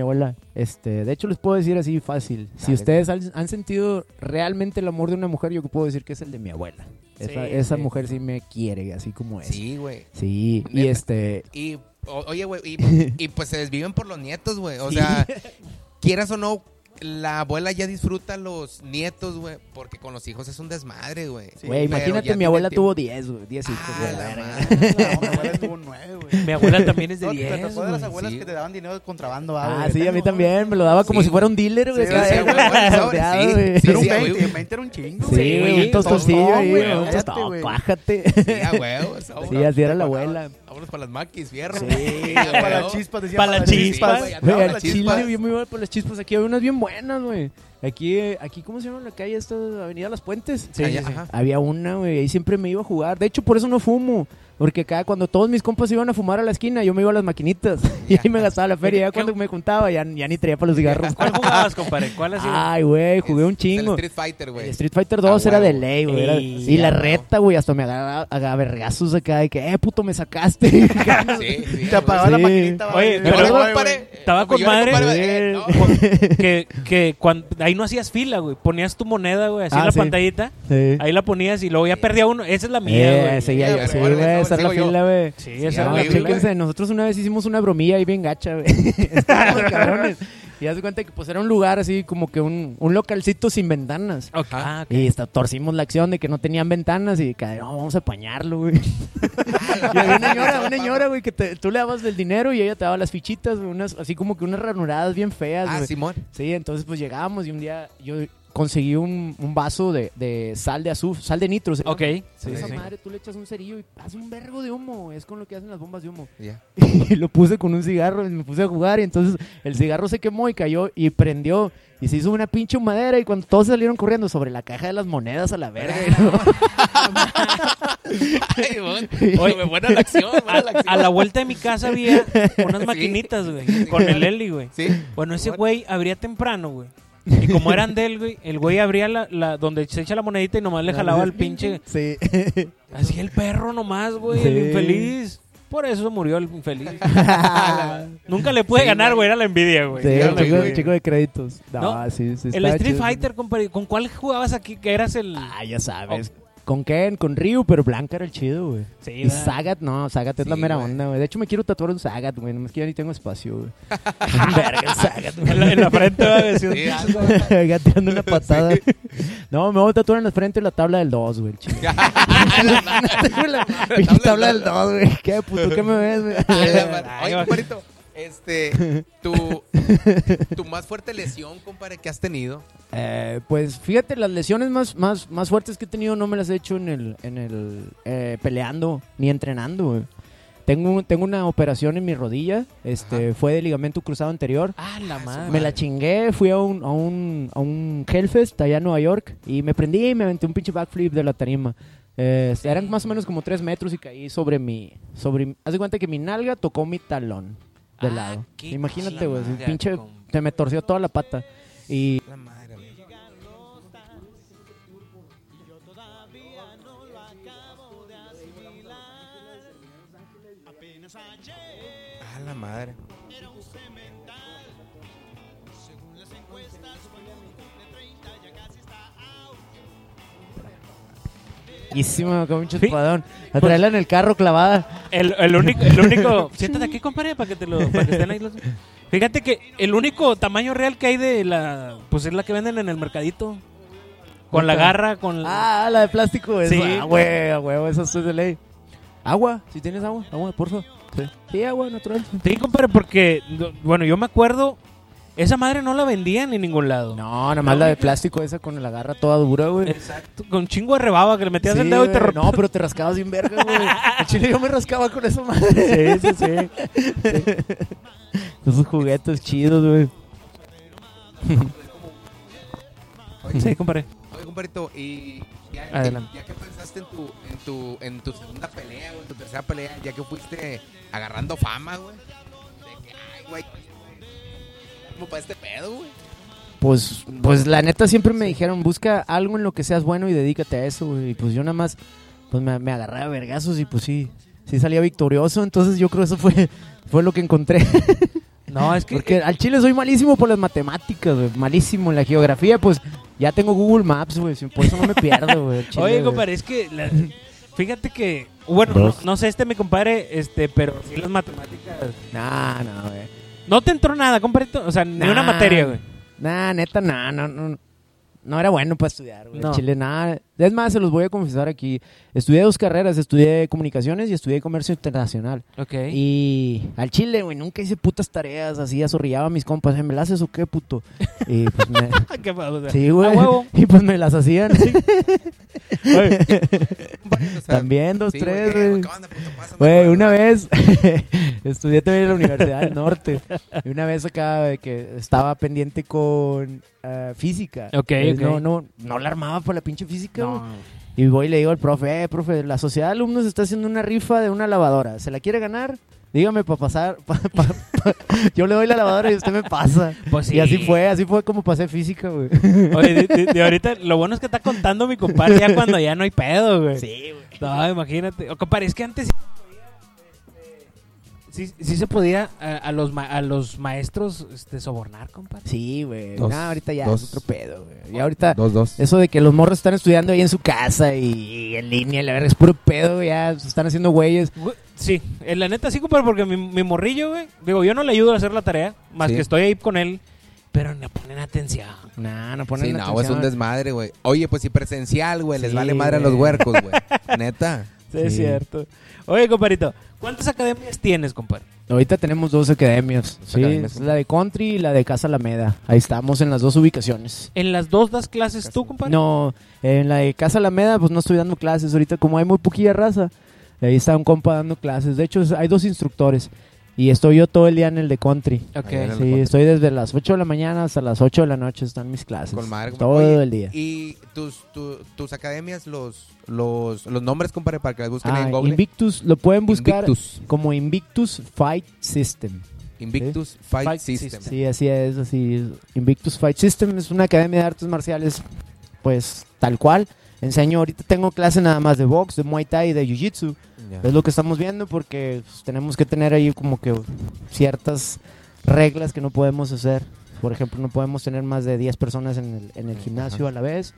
Speaker 7: De hecho, les puedo decir así fácil. Si
Speaker 5: Dale.
Speaker 7: ustedes han sentido realmente el amor de una mujer, yo puedo decir que es el de mi abuela. Esa
Speaker 4: sí.
Speaker 7: mujer sí me quiere, así como es.
Speaker 5: Sí, güey.
Speaker 7: Sí,
Speaker 5: Neta.
Speaker 7: y
Speaker 5: Oye, güey, y pues se desviven por los nietos, güey. O sea, quieras o no, la abuela ya disfruta los nietos, güey, porque con los hijos es un desmadre, güey.
Speaker 7: güey,
Speaker 5: Pero
Speaker 7: imagínate,
Speaker 5: ya
Speaker 7: mi
Speaker 5: tiene
Speaker 7: abuela
Speaker 5: tiempo.
Speaker 7: tuvo 10, güey, 10 hijos.
Speaker 5: Ah,
Speaker 7: güey,
Speaker 5: la
Speaker 7: la verga.
Speaker 5: madre.
Speaker 6: No, mi abuela tuvo 9, güey.
Speaker 4: Mi abuela también es de
Speaker 6: No,
Speaker 4: 10.
Speaker 6: ¿te acuerdas de las abuelas
Speaker 5: Sí.
Speaker 6: que te daban dinero de contrabando?
Speaker 7: Sí, a mí también, me lo daba como
Speaker 5: Sí,
Speaker 7: si fuera un dealer, güey.
Speaker 5: Sí,
Speaker 7: acá,
Speaker 5: sí, güey, güey, sobre,
Speaker 7: Rodeado,
Speaker 5: sí,
Speaker 7: güey.
Speaker 5: sí,
Speaker 6: Era un
Speaker 5: sí,
Speaker 6: 20,
Speaker 5: güey.
Speaker 6: 20 era un chingo.
Speaker 7: Sí, güey, un tostocillo ahí,
Speaker 6: güey,
Speaker 7: un
Speaker 6: cállate,
Speaker 7: tostón,
Speaker 6: güey.
Speaker 7: cuájate.
Speaker 5: Sí, a huevo.
Speaker 7: Sí, así era la abuela.
Speaker 5: Vámonos para las maquis, fierro.
Speaker 7: Sí,
Speaker 6: Para las chispas, decía.
Speaker 4: Para las chispas.
Speaker 5: güey,
Speaker 7: Güey,
Speaker 5: andaba
Speaker 7: al
Speaker 5: las
Speaker 7: chile
Speaker 5: chispas.
Speaker 7: yo me iba por las chispas. Aquí había unas bien buenas, güey. Aquí, ¿cómo se llama la calle esta? Avenida Las Puentes.
Speaker 5: Sí, ajá.
Speaker 7: Había una, güey, ahí siempre me iba a jugar. De hecho, por eso no fumo. Porque acá cuando todos mis compas iban a fumar a la esquina, yo me iba a las maquinitas. Y ahí me gastaba la feria. Ya cuando me juntaba, ya ni traía para los cigarros.
Speaker 4: ¿Cuál jugabas, compadre? ¿Cuál hacía?
Speaker 7: Ay, güey, jugué un chingo.
Speaker 5: El Street Fighter, güey.
Speaker 7: El Street Fighter 2 era de ley, güey.
Speaker 4: Ey,
Speaker 7: Y la
Speaker 5: ya,
Speaker 7: reta, güey, hasta me agarraba vergazos acá de que, puto, me sacaste.
Speaker 5: Sí,
Speaker 6: Te apagaba la
Speaker 5: sí.
Speaker 6: maquinita.
Speaker 4: Oye,
Speaker 6: güey.
Speaker 4: pero
Speaker 5: Yo,
Speaker 6: Güey,
Speaker 5: compadre,
Speaker 4: estaba con
Speaker 5: yo era
Speaker 4: madre,
Speaker 5: compadre, no,
Speaker 4: que cuando ahí no hacías fila, güey. Ponías tu moneda, güey, así en la
Speaker 7: sí.
Speaker 4: pantallita.
Speaker 7: Sí.
Speaker 4: Ahí la ponías y luego ya perdía uno. Esa es la mía, güey.
Speaker 7: Seguía yo,
Speaker 5: Ya,
Speaker 7: sí,
Speaker 5: órale,
Speaker 7: güey, esa es la
Speaker 5: sigo yo.
Speaker 7: fila, güey.
Speaker 4: Sí,
Speaker 5: Sí,
Speaker 4: esa
Speaker 5: ya,
Speaker 7: No,
Speaker 4: es la
Speaker 5: güey.
Speaker 4: fila.
Speaker 7: chéquense, nosotros una vez hicimos una bromilla ahí bien gacha, güey. Estábamos cabrones. Y haz de cuenta que pues era un lugar así como que un localcito sin ventanas.
Speaker 4: Ok. Ah, ok.
Speaker 7: Y torcimos la acción de que no tenían ventanas y que no, vamos a apañarlo, güey. Y había una señora, güey, que tú le dabas el dinero y ella te daba las fichitas, güey, así como que unas ranuradas bien feas, güey.
Speaker 5: Simón.
Speaker 7: Sí, entonces pues llegábamos y un día yo conseguí un vaso de sal de azufre, sal de nitro. ¿Sí?
Speaker 4: Ok. Sí,
Speaker 7: Esa
Speaker 4: sí.
Speaker 7: madre tú le echas un cerillo y hace un vergo de humo. Es con lo que hacen las bombas de humo.
Speaker 5: Ya.
Speaker 7: Y lo puse con un cigarro y me puse a jugar y entonces el cigarro se quemó y cayó y prendió y se hizo una pinche humadera y cuando todos salieron corriendo sobre la caja de las monedas a la verga.
Speaker 5: Ay, bueno.
Speaker 4: Oye,
Speaker 5: buena la acción, buena la acción.
Speaker 4: A la vuelta de mi casa había unas maquinitas, güey, con el Eli, güey.
Speaker 5: Sí.
Speaker 4: Bueno, ese güey abría temprano, güey. Y como eran de él, güey, el güey abría donde se echa la monedita y nomás le jalaba al pinche.
Speaker 7: Sí.
Speaker 4: Así el perro nomás, güey,
Speaker 7: Sí.
Speaker 4: el infeliz. Por eso murió el infeliz. Nunca le pude ganar, güey, era la envidia, güey.
Speaker 7: Sí,
Speaker 4: Era la envidia.
Speaker 7: chico de créditos. No,
Speaker 4: ¿No?
Speaker 7: sí,
Speaker 4: El
Speaker 7: estaba
Speaker 4: Street
Speaker 7: chido.
Speaker 4: Fighter, compadre, ¿con cuál jugabas aquí? Que eras el...
Speaker 7: Ya sabes. Con Ken, con Ryu, pero Blanca era el chido, güey.
Speaker 4: Sí,
Speaker 7: Y
Speaker 4: ¿verdad?
Speaker 7: Sagat, no, Sagat es
Speaker 5: Sí,
Speaker 7: la mera
Speaker 5: güey.
Speaker 7: onda, güey. De hecho, me quiero tatuar un Sagat, güey. Nomás que ya ni tengo espacio, güey. Verga, el Sagat, güey.
Speaker 4: En la frente, va a decir.
Speaker 5: Sí,
Speaker 7: Gateando una patada. No, me voy a tatuar en la frente la tabla del 2, güey. La pinche tabla del 2, güey. ¿Qué puto? ¿Qué me ves, güey?
Speaker 5: Oye, compadrito, tu más fuerte lesión, compadre, que has tenido.
Speaker 7: Pues fíjate, las lesiones más fuertes que he tenido no me las he hecho en el peleando ni entrenando, güey. Tengo una operación en mi rodilla, fue de ligamento cruzado anterior.
Speaker 4: Ah, la madre.
Speaker 7: Me la chingué, fui a un Hellfest allá en Nueva York y me prendí y me aventé un pinche backflip de la tarima. Eran más o menos como 3 metros y caí haz de cuenta que mi nalga tocó mi talón de lado.
Speaker 4: qué
Speaker 7: Imagínate, güey,
Speaker 4: chingada,
Speaker 7: pinche
Speaker 4: compa.
Speaker 7: se me torció toda la pata. Y
Speaker 5: La madre, güey. Ah, la madre.
Speaker 7: con un chispadón. A traerla en el carro clavada.
Speaker 4: El único... Siéntate aquí, compadre, para que estén ahí los... Fíjate que el único tamaño real que hay de la... Pues es la que venden en el mercadito. Con la garra, con...
Speaker 7: Ah, la de plástico.
Speaker 4: Sí.
Speaker 7: Güey, eso es de ley. Agua, si tienes agua, porfa. Sí, agua natural.
Speaker 4: Sí, compadre, porque... Bueno, yo me acuerdo... Esa madre no la vendían en ningún lado.
Speaker 7: No, nada más la de plástico esa con la garra toda dura, güey.
Speaker 4: Exacto. Con chingo de rebaba que le metías
Speaker 7: Sí,
Speaker 4: el dedo y te
Speaker 7: güey.
Speaker 4: rompías.
Speaker 7: No, pero te rascabas bien verga, güey. En Chile yo me rascaba con esa madre.
Speaker 4: Sí.
Speaker 7: Esos juguetes chidos, güey.
Speaker 4: Sí, compadre.
Speaker 5: Oye, compadrito, y
Speaker 4: Adelante.
Speaker 5: ya que pensaste en tu segunda pelea o en tu tercera pelea, ya que fuiste agarrando fama, güey. De que, ay, güey, ¿cómo para este pedo, güey?
Speaker 7: Pues la neta siempre me dijeron, busca algo en lo que seas bueno y dedícate a eso, güey. Y pues yo nada más, pues me agarré a vergazos y pues sí salía victorioso. Entonces yo creo que eso fue lo que encontré.
Speaker 4: No, es que...
Speaker 7: Porque al chile soy malísimo por las matemáticas, güey. Malísimo en la geografía, pues ya tengo Google Maps, güey. Por eso no me pierdo, güey. al chile,
Speaker 4: Oye,
Speaker 7: güey.
Speaker 4: compadre, es que... Fíjate que... Bueno, no sé mi compadre, pero sí las matemáticas...
Speaker 7: No, güey.
Speaker 4: No te entró nada, compadrito. O sea, ni una materia, güey.
Speaker 7: Neta, no era bueno para estudiar, güey.
Speaker 4: No.
Speaker 7: Chile, nada. Es más, se los voy a confesar aquí. Estudié 2 carreras. Estudié comunicaciones y estudié comercio internacional.
Speaker 4: Ok.
Speaker 7: Y al chile, güey, nunca hice putas tareas así. Azorrillaba a mis compas. ¿Me las haces o qué, puto? Y pues me...
Speaker 4: ¿Qué pasa? O sea,
Speaker 7: Sí, güey.
Speaker 4: a huevo.
Speaker 7: Y pues me las hacían.
Speaker 4: Oye,
Speaker 5: O sea,
Speaker 7: También 2,
Speaker 5: sí,
Speaker 7: 3,
Speaker 5: güey,
Speaker 7: güey.
Speaker 5: ¿qué onda, puto? Pásame,
Speaker 7: Güey,
Speaker 5: güey.
Speaker 7: una vez Estudié también en la Universidad del Norte. Y una vez acá que estaba pendiente con física.
Speaker 4: Ok.
Speaker 7: No la armaba por la pinche física, güey. Y voy y le digo al profe, profe, la sociedad de alumnos está haciendo una rifa de una lavadora. ¿Se la quiere ganar? Dígame para pasar. Yo le doy la lavadora y usted me pasa.
Speaker 4: Pues sí.
Speaker 7: Y así fue como pasé física, güey.
Speaker 4: Oye, de ahorita, lo bueno es que está contando mi compadre ya cuando ya no hay pedo, güey.
Speaker 7: Sí, güey.
Speaker 4: No, imagínate. Compadre, es que antes sí se podía a los maestros sobornar, compadre.
Speaker 7: Sí, güey.
Speaker 8: Dos,
Speaker 7: No, ahorita ya
Speaker 8: dos.
Speaker 7: es otro pedo, güey. Y ahorita,
Speaker 8: 2-2.
Speaker 7: eso de que los morros están estudiando ahí en su casa y en línea, la verdad es puro pedo, güey. Ya se están haciendo güeyes.
Speaker 4: Sí, la neta sí, compadre, porque mi morrillo, güey, digo, yo no le ayudo a hacer la tarea, más
Speaker 8: Sí.
Speaker 4: que estoy ahí con él, pero no ponen atención.
Speaker 7: Nah, no ponen
Speaker 5: Sí, no,
Speaker 7: atención.
Speaker 5: es un desmadre, güey. Oye, pues si presencial, güey, les
Speaker 7: Sí,
Speaker 5: vale madre a
Speaker 7: güey.
Speaker 5: los huercos, güey. Neta.
Speaker 4: Sí, es cierto. Oye, compadrito, ¿cuántas academias tienes, compadre?
Speaker 7: Ahorita tenemos 2 academias. Sí,
Speaker 5: academias,
Speaker 7: es la de Country y la de Casa Alameda. Ahí estamos en las 2 ubicaciones.
Speaker 4: ¿En las dos das clases tú, compadre?
Speaker 7: No, en la de Casa Alameda pues no estoy dando clases. Ahorita como hay muy poquilla raza, ahí está un compa dando clases. De hecho hay 2 instructores y estoy yo todo el día en el de Country.
Speaker 4: Ok.
Speaker 5: Ahí en el
Speaker 7: Sí,
Speaker 5: Country.
Speaker 7: estoy desde las 8 de la mañana hasta las 8 de la noche están mis clases.
Speaker 5: Con madre,
Speaker 7: todo
Speaker 5: oye,
Speaker 7: el día.
Speaker 5: Y tus academias, los nombres, compadre, para que las busquen en
Speaker 7: Ah,
Speaker 5: Google.
Speaker 7: Invictus, lo pueden buscar
Speaker 5: Invictus.
Speaker 7: como Invictus Fight System.
Speaker 5: Invictus Fight,
Speaker 4: Fight
Speaker 5: System.
Speaker 7: Sí, así es, así. Invictus Fight System es una academia de artes marciales, pues tal cual. Enseño, ahorita tengo clase nada más de box, de Muay Thai y de Jiu-Jitsu.
Speaker 5: Ya.
Speaker 7: Es lo que estamos viendo porque pues, tenemos que tener ahí como que ciertas reglas que no podemos hacer. Por ejemplo, no podemos tener más de 10 personas en el gimnasio a la vez.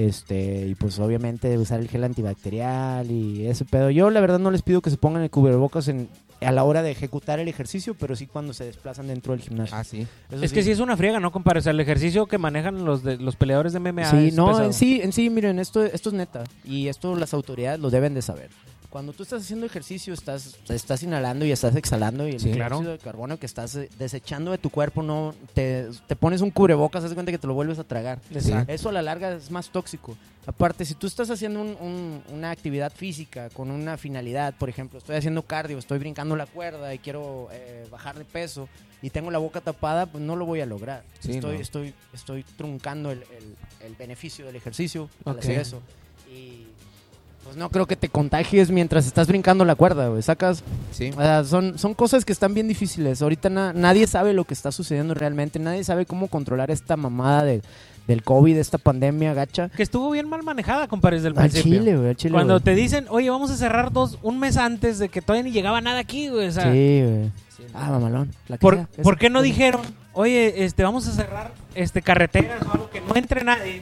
Speaker 7: Y pues obviamente usar el gel antibacterial y ese pedo. Yo la verdad no les pido que se pongan el cubrebocas a la hora de ejecutar el ejercicio, pero sí cuando se desplazan dentro del gimnasio.
Speaker 5: Ah, sí.
Speaker 7: Eso
Speaker 4: Es que sí es una friega, ¿no, compadre? O sea, el ejercicio que manejan los peleadores de MMA
Speaker 7: Sí,
Speaker 4: es
Speaker 7: no,
Speaker 4: pesado.
Speaker 7: en sí, miren, esto es neta. Y esto las autoridades lo deben de saber. Cuando tú estás haciendo ejercicio, estás inhalando y estás exhalando. Y el
Speaker 4: Sí,
Speaker 7: dióxido
Speaker 4: claro.
Speaker 7: de carbono que estás desechando de tu cuerpo, no te pones un cubrebocas, haz de cuenta que te lo vuelves a tragar.
Speaker 4: Exacto.
Speaker 7: Eso a la larga es más tóxico. Aparte, si tú estás haciendo una actividad física con una finalidad, por ejemplo, estoy haciendo cardio, estoy brincando la cuerda y quiero bajar de peso y tengo la boca tapada, pues no lo voy a lograr.
Speaker 5: Sí,
Speaker 7: Estoy truncando el beneficio del ejercicio al
Speaker 4: Ok.
Speaker 7: hacer eso. Y pues no creo que te contagies mientras estás brincando la cuerda, güey, sacas.
Speaker 5: Sí.
Speaker 7: O sea, son cosas que están bien difíciles. Ahorita nadie sabe lo que está sucediendo realmente, nadie sabe cómo controlar esta mamada del COVID, esta pandemia gacha.
Speaker 4: Que estuvo bien mal manejada, compadre, desde el
Speaker 7: Al
Speaker 4: principio.
Speaker 7: Chile, güey, al Chile.
Speaker 4: Cuando
Speaker 7: güey.
Speaker 4: te dicen, oye, vamos a cerrar un mes antes de que todavía ni llegaba nada aquí, güey. O sea,
Speaker 7: Sí, güey. Ah, mamalón. La que
Speaker 4: ¿por,
Speaker 7: sea, esa.
Speaker 4: ¿por qué no dijeron, oye, vamos a cerrar carreteras o algo que no entre nadie?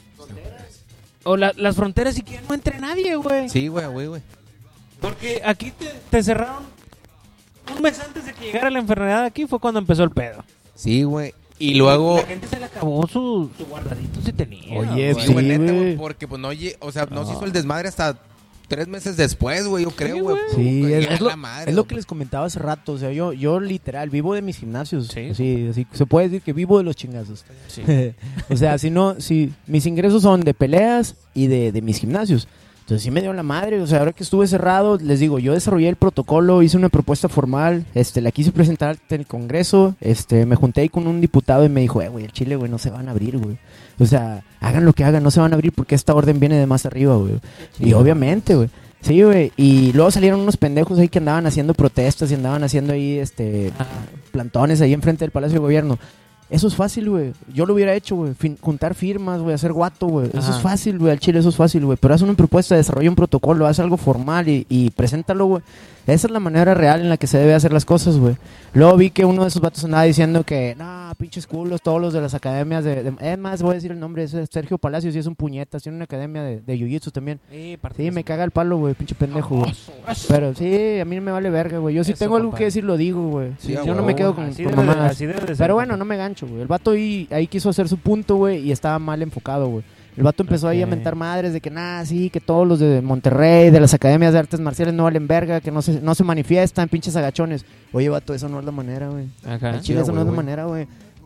Speaker 4: O las fronteras y que no entre nadie, güey.
Speaker 5: Sí, güey.
Speaker 4: Porque aquí te cerraron un mes antes de que llegara la enfermedad aquí, fue cuando empezó el pedo.
Speaker 5: Sí, güey. Y luego...
Speaker 4: La gente se le acabó su guardadito si tenía.
Speaker 7: Oye,
Speaker 4: güey.
Speaker 5: Sí, güey,
Speaker 7: Sí,
Speaker 5: neta,
Speaker 7: güey.
Speaker 5: güey, porque pues no se hizo el desmadre hasta 3 meses después, güey, yo creo,
Speaker 4: Sí,
Speaker 5: güey.
Speaker 4: güey.
Speaker 7: Sí,
Speaker 5: Ya
Speaker 7: es lo,
Speaker 5: la madre,
Speaker 7: es lo
Speaker 5: güey.
Speaker 7: que les comentaba hace rato. O sea, yo literal vivo de mis gimnasios.
Speaker 4: Sí.
Speaker 7: Sí, así se puede decir que vivo de los chingazos.
Speaker 4: Sí.
Speaker 7: O sea, si mis ingresos son de peleas y de mis gimnasios. Entonces sí me dio la madre. O sea, ahora que estuve cerrado, les digo, yo desarrollé el protocolo, hice una propuesta formal, la quise presentar ante el Congreso, me junté ahí con un diputado y me dijo, güey, el Chile, güey, no se van a abrir, güey. O sea, hagan lo que hagan, no se van a abrir porque esta orden viene de más arriba, güey. Y obviamente, güey. Sí, güey. Y luego salieron unos pendejos ahí que andaban haciendo protestas y andaban haciendo ahí, plantones ahí enfrente del Palacio de Gobierno. Eso es fácil, güey. Yo lo hubiera hecho, güey. Juntar firmas, güey. Hacer guato, güey. Eso
Speaker 4: Ajá.
Speaker 7: es fácil, güey. Al Chile eso es fácil, güey. Pero haz una propuesta, desarrolla un protocolo, haz algo formal y preséntalo, güey. Esa es la manera real en la que se debe hacer las cosas, güey. Luego vi que uno de esos vatos andaba diciendo que, pinches culos, todos los de las academias es más, voy a decir el nombre, es Sergio Palacios y es un puñetas. Tiene una academia de Jiu-Jitsu también. Sí, me caga el palo, güey. Pinche pendejo, güey. Pero sí, a mí no me vale verga, güey. Yo sí
Speaker 4: Eso,
Speaker 7: tengo algo
Speaker 4: compadre.
Speaker 7: que decir, lo digo, güey.
Speaker 5: Sí,
Speaker 7: Yo
Speaker 5: a
Speaker 7: no
Speaker 5: huevo.
Speaker 7: me quedo con
Speaker 4: Así
Speaker 7: con
Speaker 4: debe de-
Speaker 7: mamadas.
Speaker 4: así debe de ser,
Speaker 7: Pero bueno,
Speaker 4: compadre.
Speaker 7: no me gancho, güey. El vato ahí quiso hacer su punto, güey, y estaba mal enfocado, güey. El vato empezó ahí a
Speaker 4: Ok.
Speaker 7: mentar madres de que, sí, que todos los de Monterrey, de las academias de artes marciales no valen verga, que no se manifiestan, pinches agachones. Oye, vato, eso no es la manera, güey.
Speaker 4: Ajá.
Speaker 7: Al Chile eso no es la
Speaker 5: güey.
Speaker 7: manera, güey.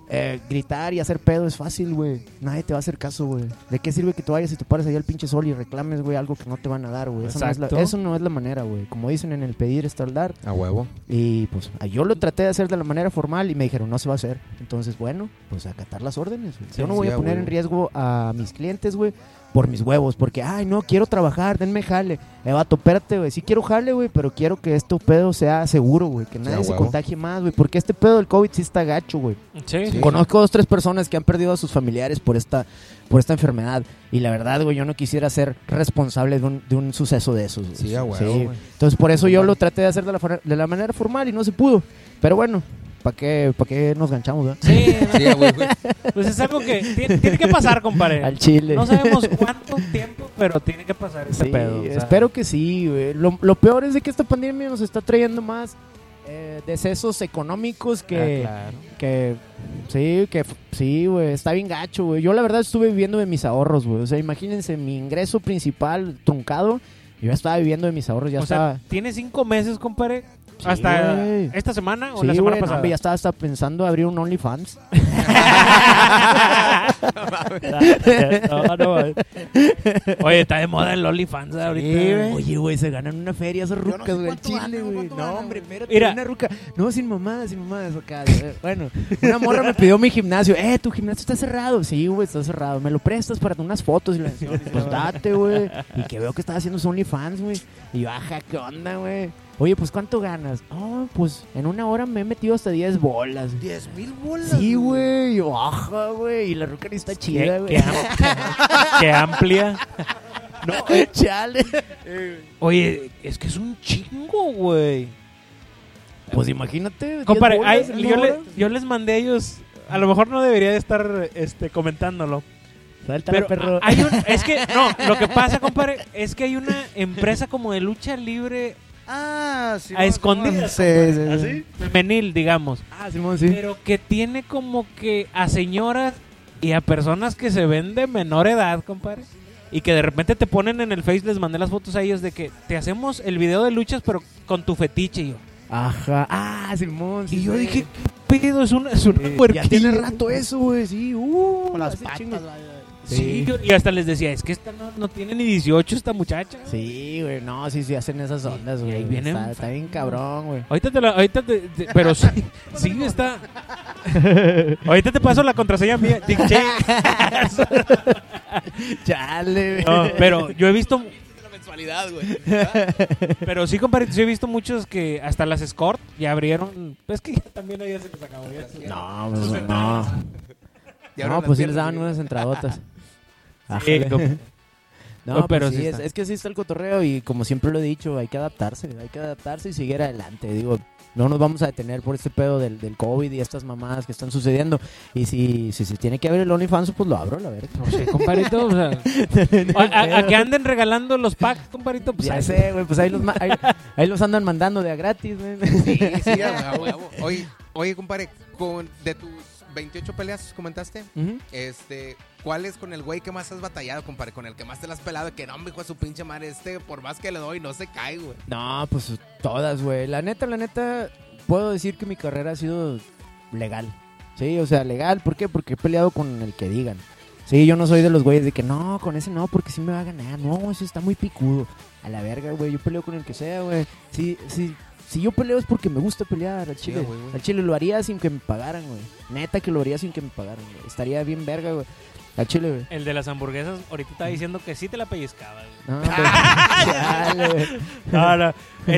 Speaker 7: gritar y hacer pedo es fácil, güey. Nadie te va a hacer caso, güey. ¿De qué sirve que tú vayas y te pares ahí al pinche sol y reclames, güey, algo que no te van a dar, güey? Eso no es la manera, güey. Como dicen en el pedir está el dar.
Speaker 5: A huevo.
Speaker 7: Y pues yo lo traté de hacer de la manera formal y me dijeron, no se va a hacer. Entonces, bueno, pues acatar las órdenes, güey. Yo no voy a poner en riesgo a mis clientes, güey, por mis huevos, porque, ay, no, quiero trabajar, denme jale. Vato, espérate, güey, sí quiero jale, güey, pero quiero que este pedo sea seguro, güey, que nadie se contagie más, güey, porque este pedo del COVID sí está gacho, güey. Sí. Conozco 2, 3 personas que han perdido a sus familiares por esta enfermedad, y la verdad, güey, yo no quisiera ser responsable de un suceso de esos, güey.
Speaker 5: Sí, a huevo, güey.
Speaker 7: Entonces, por eso yo lo traté de hacer de la manera formal y no se pudo, pero bueno. ¿Para qué nos ganchamos, güey?
Speaker 4: Sí, güey. Pues es algo que tiene que pasar, compadre.
Speaker 7: Al chile.
Speaker 4: No sabemos cuánto tiempo, pero tiene que pasar ese pedo.
Speaker 7: Espero que sí, güey. Lo peor es de que esta pandemia nos está trayendo más decesos económicos que sí, güey. Está bien gacho, güey. Yo la verdad estuve viviendo de mis ahorros, güey. O sea, imagínense mi ingreso principal truncado. Yo estaba viviendo de mis ahorros,
Speaker 4: sea, ¿tiene 5 meses, compadre? Sí, ¿hasta esta semana o la semana pasada?
Speaker 7: Ya estaba hasta pensando abrir un OnlyFans.
Speaker 4: No. Oye, está de moda el OnlyFans ahorita.
Speaker 7: Sí, oye, güey, se ganan una feria esas rucas, güey, el chile, güey. No, hombre, espérate,
Speaker 4: mira.
Speaker 7: Una ruca. No, sin mamadas. Acá. Bueno, una morra me pidió mi gimnasio. Tu gimnasio está cerrado. Sí, güey, está cerrado. ¿Me lo prestas para unas fotos? Y le decía, pues date, güey. Y que veo que estaba haciendo su OnlyFans, güey. Y yo, ajá, ¿qué onda, güey? Oye, pues, ¿cuánto ganas? Pues, en una hora me he metido hasta 10 bolas.
Speaker 6: ¿10,000 bolas?
Speaker 7: Sí, güey. Ajá, güey. Y la ruca ni está chida, güey.
Speaker 4: Qué amplia.
Speaker 7: No, chale.
Speaker 4: Oye, es que es un chingo, güey.
Speaker 7: Pues imagínate.
Speaker 4: Compadre, yo les mandé a ellos. A lo mejor no debería de estar comentándolo. Pero perro. Es que, no, lo que pasa, compadre, es que hay una empresa como de lucha libre.
Speaker 6: Sí,
Speaker 4: a escondidas,
Speaker 6: sí.
Speaker 4: Femenil, digamos.
Speaker 7: Simón, sí.
Speaker 4: Pero que tiene como que a señoras y a personas que se ven de menor edad, compadre. Y que de repente te ponen en el Face, les mandé las fotos a ellos de que te hacemos el video de luchas, pero con tu fetiche. Y yo,
Speaker 7: ajá. Simón.
Speaker 4: Y yo dije, ¿qué pedo? Es una puerquilla.
Speaker 7: Ya tiene rato eso, güey. Sí,
Speaker 6: con las patas,
Speaker 4: Sí, y hasta les decía, es que esta no tiene ni 18 esta muchacha.
Speaker 7: Sí, güey, no, sí hacen esas ondas, güey.
Speaker 4: Ahí vienen.
Speaker 7: Está bien cabrón, güey.
Speaker 4: Ahorita pero sí está. Ahorita te paso la contraseña mía.
Speaker 7: Chale, güey.
Speaker 4: No, pero yo he visto
Speaker 5: La mensualidad, güey.
Speaker 4: Pero sí, compadre, yo he visto muchos que hasta las escort ya abrieron. Es que ya también ahí se les acabó.
Speaker 7: No, pues no. No, pues sí les daban unas entradotas.
Speaker 4: Sí,
Speaker 7: no, pero sí, es que sí está el cotorreo y como siempre lo he dicho, hay que adaptarse y seguir adelante. Digo, no nos vamos a detener por este pedo del COVID y estas mamadas que están sucediendo. Y si se tiene que abrir el OnlyFans, pues lo abro, la verdad.
Speaker 4: No sé, compadrito, o sea, a que anden regalando los packs, compadrito. Pues
Speaker 7: ya sé, güey, pues ahí los andan mandando de a gratis, güey.
Speaker 5: Sí, a huevo. Oye, compadre, de tus 28 peleas comentaste, ¿cuál es con el güey que más has batallado, compadre? Con el que más te la has pelado, que no, me hijo de su pinche madre, por más que le doy, no se cae, güey.
Speaker 7: No, pues todas, güey. La neta, puedo decir que mi carrera ha sido legal. Sí, o sea, legal. ¿Por qué? Porque he peleado con el que digan. Sí, yo no soy de los güeyes de que no, con ese no, porque sí me va a ganar. No, ese está muy picudo. A la verga, güey, yo peleo con el que sea, güey. Sí. Si yo peleo es porque me gusta pelear al chile. Sí, güey. Al chile lo haría sin que me pagaran, güey. Neta que lo haría sin que me pagaran, güey. Estaría bien verga, güey. Al chile, güey.
Speaker 4: El de las hamburguesas ahorita estaba diciendo que sí te la pellizcaba, güey. No.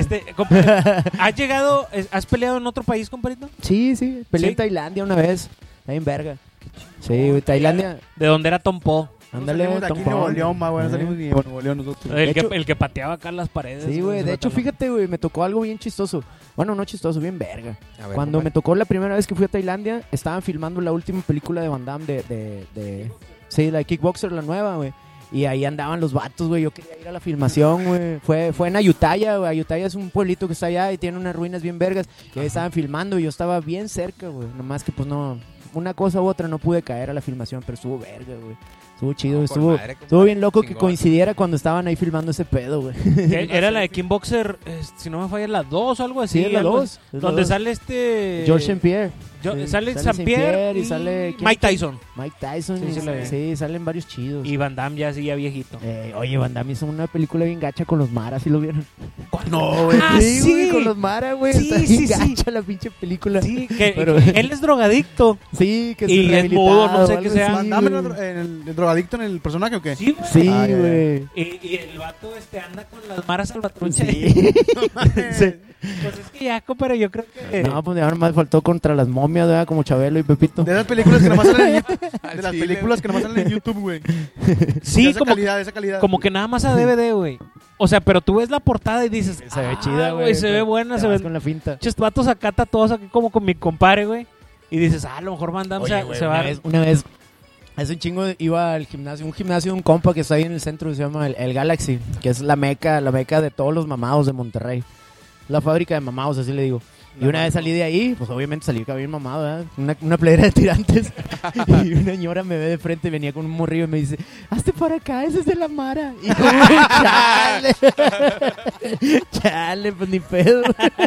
Speaker 4: ¿Has peleado en otro país, compadrito?
Speaker 7: Sí. Peleé en Tailandia una vez. Está bien verga. Sí, güey, Tailandia.
Speaker 4: ¿De dónde era Tom Po?
Speaker 7: Ándale,
Speaker 6: no salimos de aquí Nuevo León, no salimos ni de Nuevo León nosotros.
Speaker 4: El que pateaba acá las paredes.
Speaker 7: Sí, güey, de hecho, fíjate, güey, me tocó algo bien chistoso. Bueno, no chistoso, bien verga.
Speaker 5: A ver,
Speaker 7: cuando me tocó la primera vez que fui a Tailandia, estaban filmando la última película de Van Damme sí, la Kickboxer, la nueva, güey. Y ahí andaban los vatos, güey. Yo quería ir a la filmación, güey. Fue en Ayutthaya, güey. Ayutthaya es un pueblito que está allá y tiene unas ruinas bien vergas. Y ahí estaban filmando y yo estaba bien cerca, güey. Nomás que pues no una cosa u otra no pude caer a la filmación, pero estuvo verga, güey. Estuvo chido,
Speaker 5: No,
Speaker 7: estuvo,
Speaker 5: con madre,
Speaker 7: estuvo bien loco
Speaker 5: chingón.
Speaker 7: que coincidiera cuando estaban ahí filmando ese pedo, güey.
Speaker 4: Era la de King Boxer, si no me falla, la 2 o algo así.
Speaker 7: Sí, es la
Speaker 4: algo
Speaker 7: 2.
Speaker 4: así. Donde sale
Speaker 7: George St. Pierre.
Speaker 4: Sale St. Pierre
Speaker 7: y sale
Speaker 4: Mike Tyson.
Speaker 7: Mike Tyson.
Speaker 4: Sí, sí, la vi.
Speaker 7: Sí, salen varios chidos.
Speaker 4: Y Van Damme ya así, ya viejito.
Speaker 7: Oye, Van Damme hizo una película bien gacha con los Maras, ¿sí lo vieron?
Speaker 6: No, güey.
Speaker 4: Ah,
Speaker 7: sí,
Speaker 4: sí.
Speaker 7: güey, con los Maras, güey.
Speaker 4: Sí,
Speaker 7: Está
Speaker 4: sí,
Speaker 7: bien
Speaker 4: sí.
Speaker 7: gacha la pinche película.
Speaker 4: Sí, que
Speaker 7: Pero-
Speaker 4: él es drogadicto.
Speaker 7: Sí, que
Speaker 4: Y es mudo, no sé qué sea.
Speaker 6: ¿Van Damme el drogadicto en el personaje o qué?
Speaker 4: Sí, güey.
Speaker 7: Sí,
Speaker 6: Ah, ya, ya.
Speaker 7: güey.
Speaker 4: Y el vato anda con las maras salvatruchas.
Speaker 7: Sí. Sí.
Speaker 4: Pues es que ya, compadre, yo creo que...
Speaker 7: No, pues ya nomás faltó contra las momias, ¿verdad? Como Chabelo y Pepito.
Speaker 6: De esas películas que nomás salen en YouTube.
Speaker 5: Al
Speaker 6: De las
Speaker 5: chile,
Speaker 6: películas que nomás salen en YouTube, güey.
Speaker 4: sí,
Speaker 6: Esa calidad.
Speaker 4: como que nada más a DVD, güey. O sea, pero tú ves la portada y dices...
Speaker 7: Se ve
Speaker 4: "Ah,
Speaker 7: chida, güey.
Speaker 4: Se ve buena,
Speaker 7: Te
Speaker 4: se
Speaker 7: vas
Speaker 4: ve...
Speaker 7: con la finta.
Speaker 4: Muchos vatos acá tatuados aquí como con mi compadre, güey. Y dices, a lo mejor Van Damme
Speaker 7: Oye,
Speaker 4: se
Speaker 7: güey,
Speaker 4: va...
Speaker 7: una vez, hace un chingo iba al gimnasio, un gimnasio de un compa que está ahí en el centro, se llama el Galaxy, que es la meca de todos los mamados de Monterrey. La fábrica de mamados, así le digo. Y una vez salí de ahí, pues obviamente salí bien mamado, ¿verdad? Una playera de tirantes. Y una señora me ve de frente y venía con un morrillo y me dice, hazte para acá, ese es de la Mara. Y yo, chale. Chale, pues ni pedo.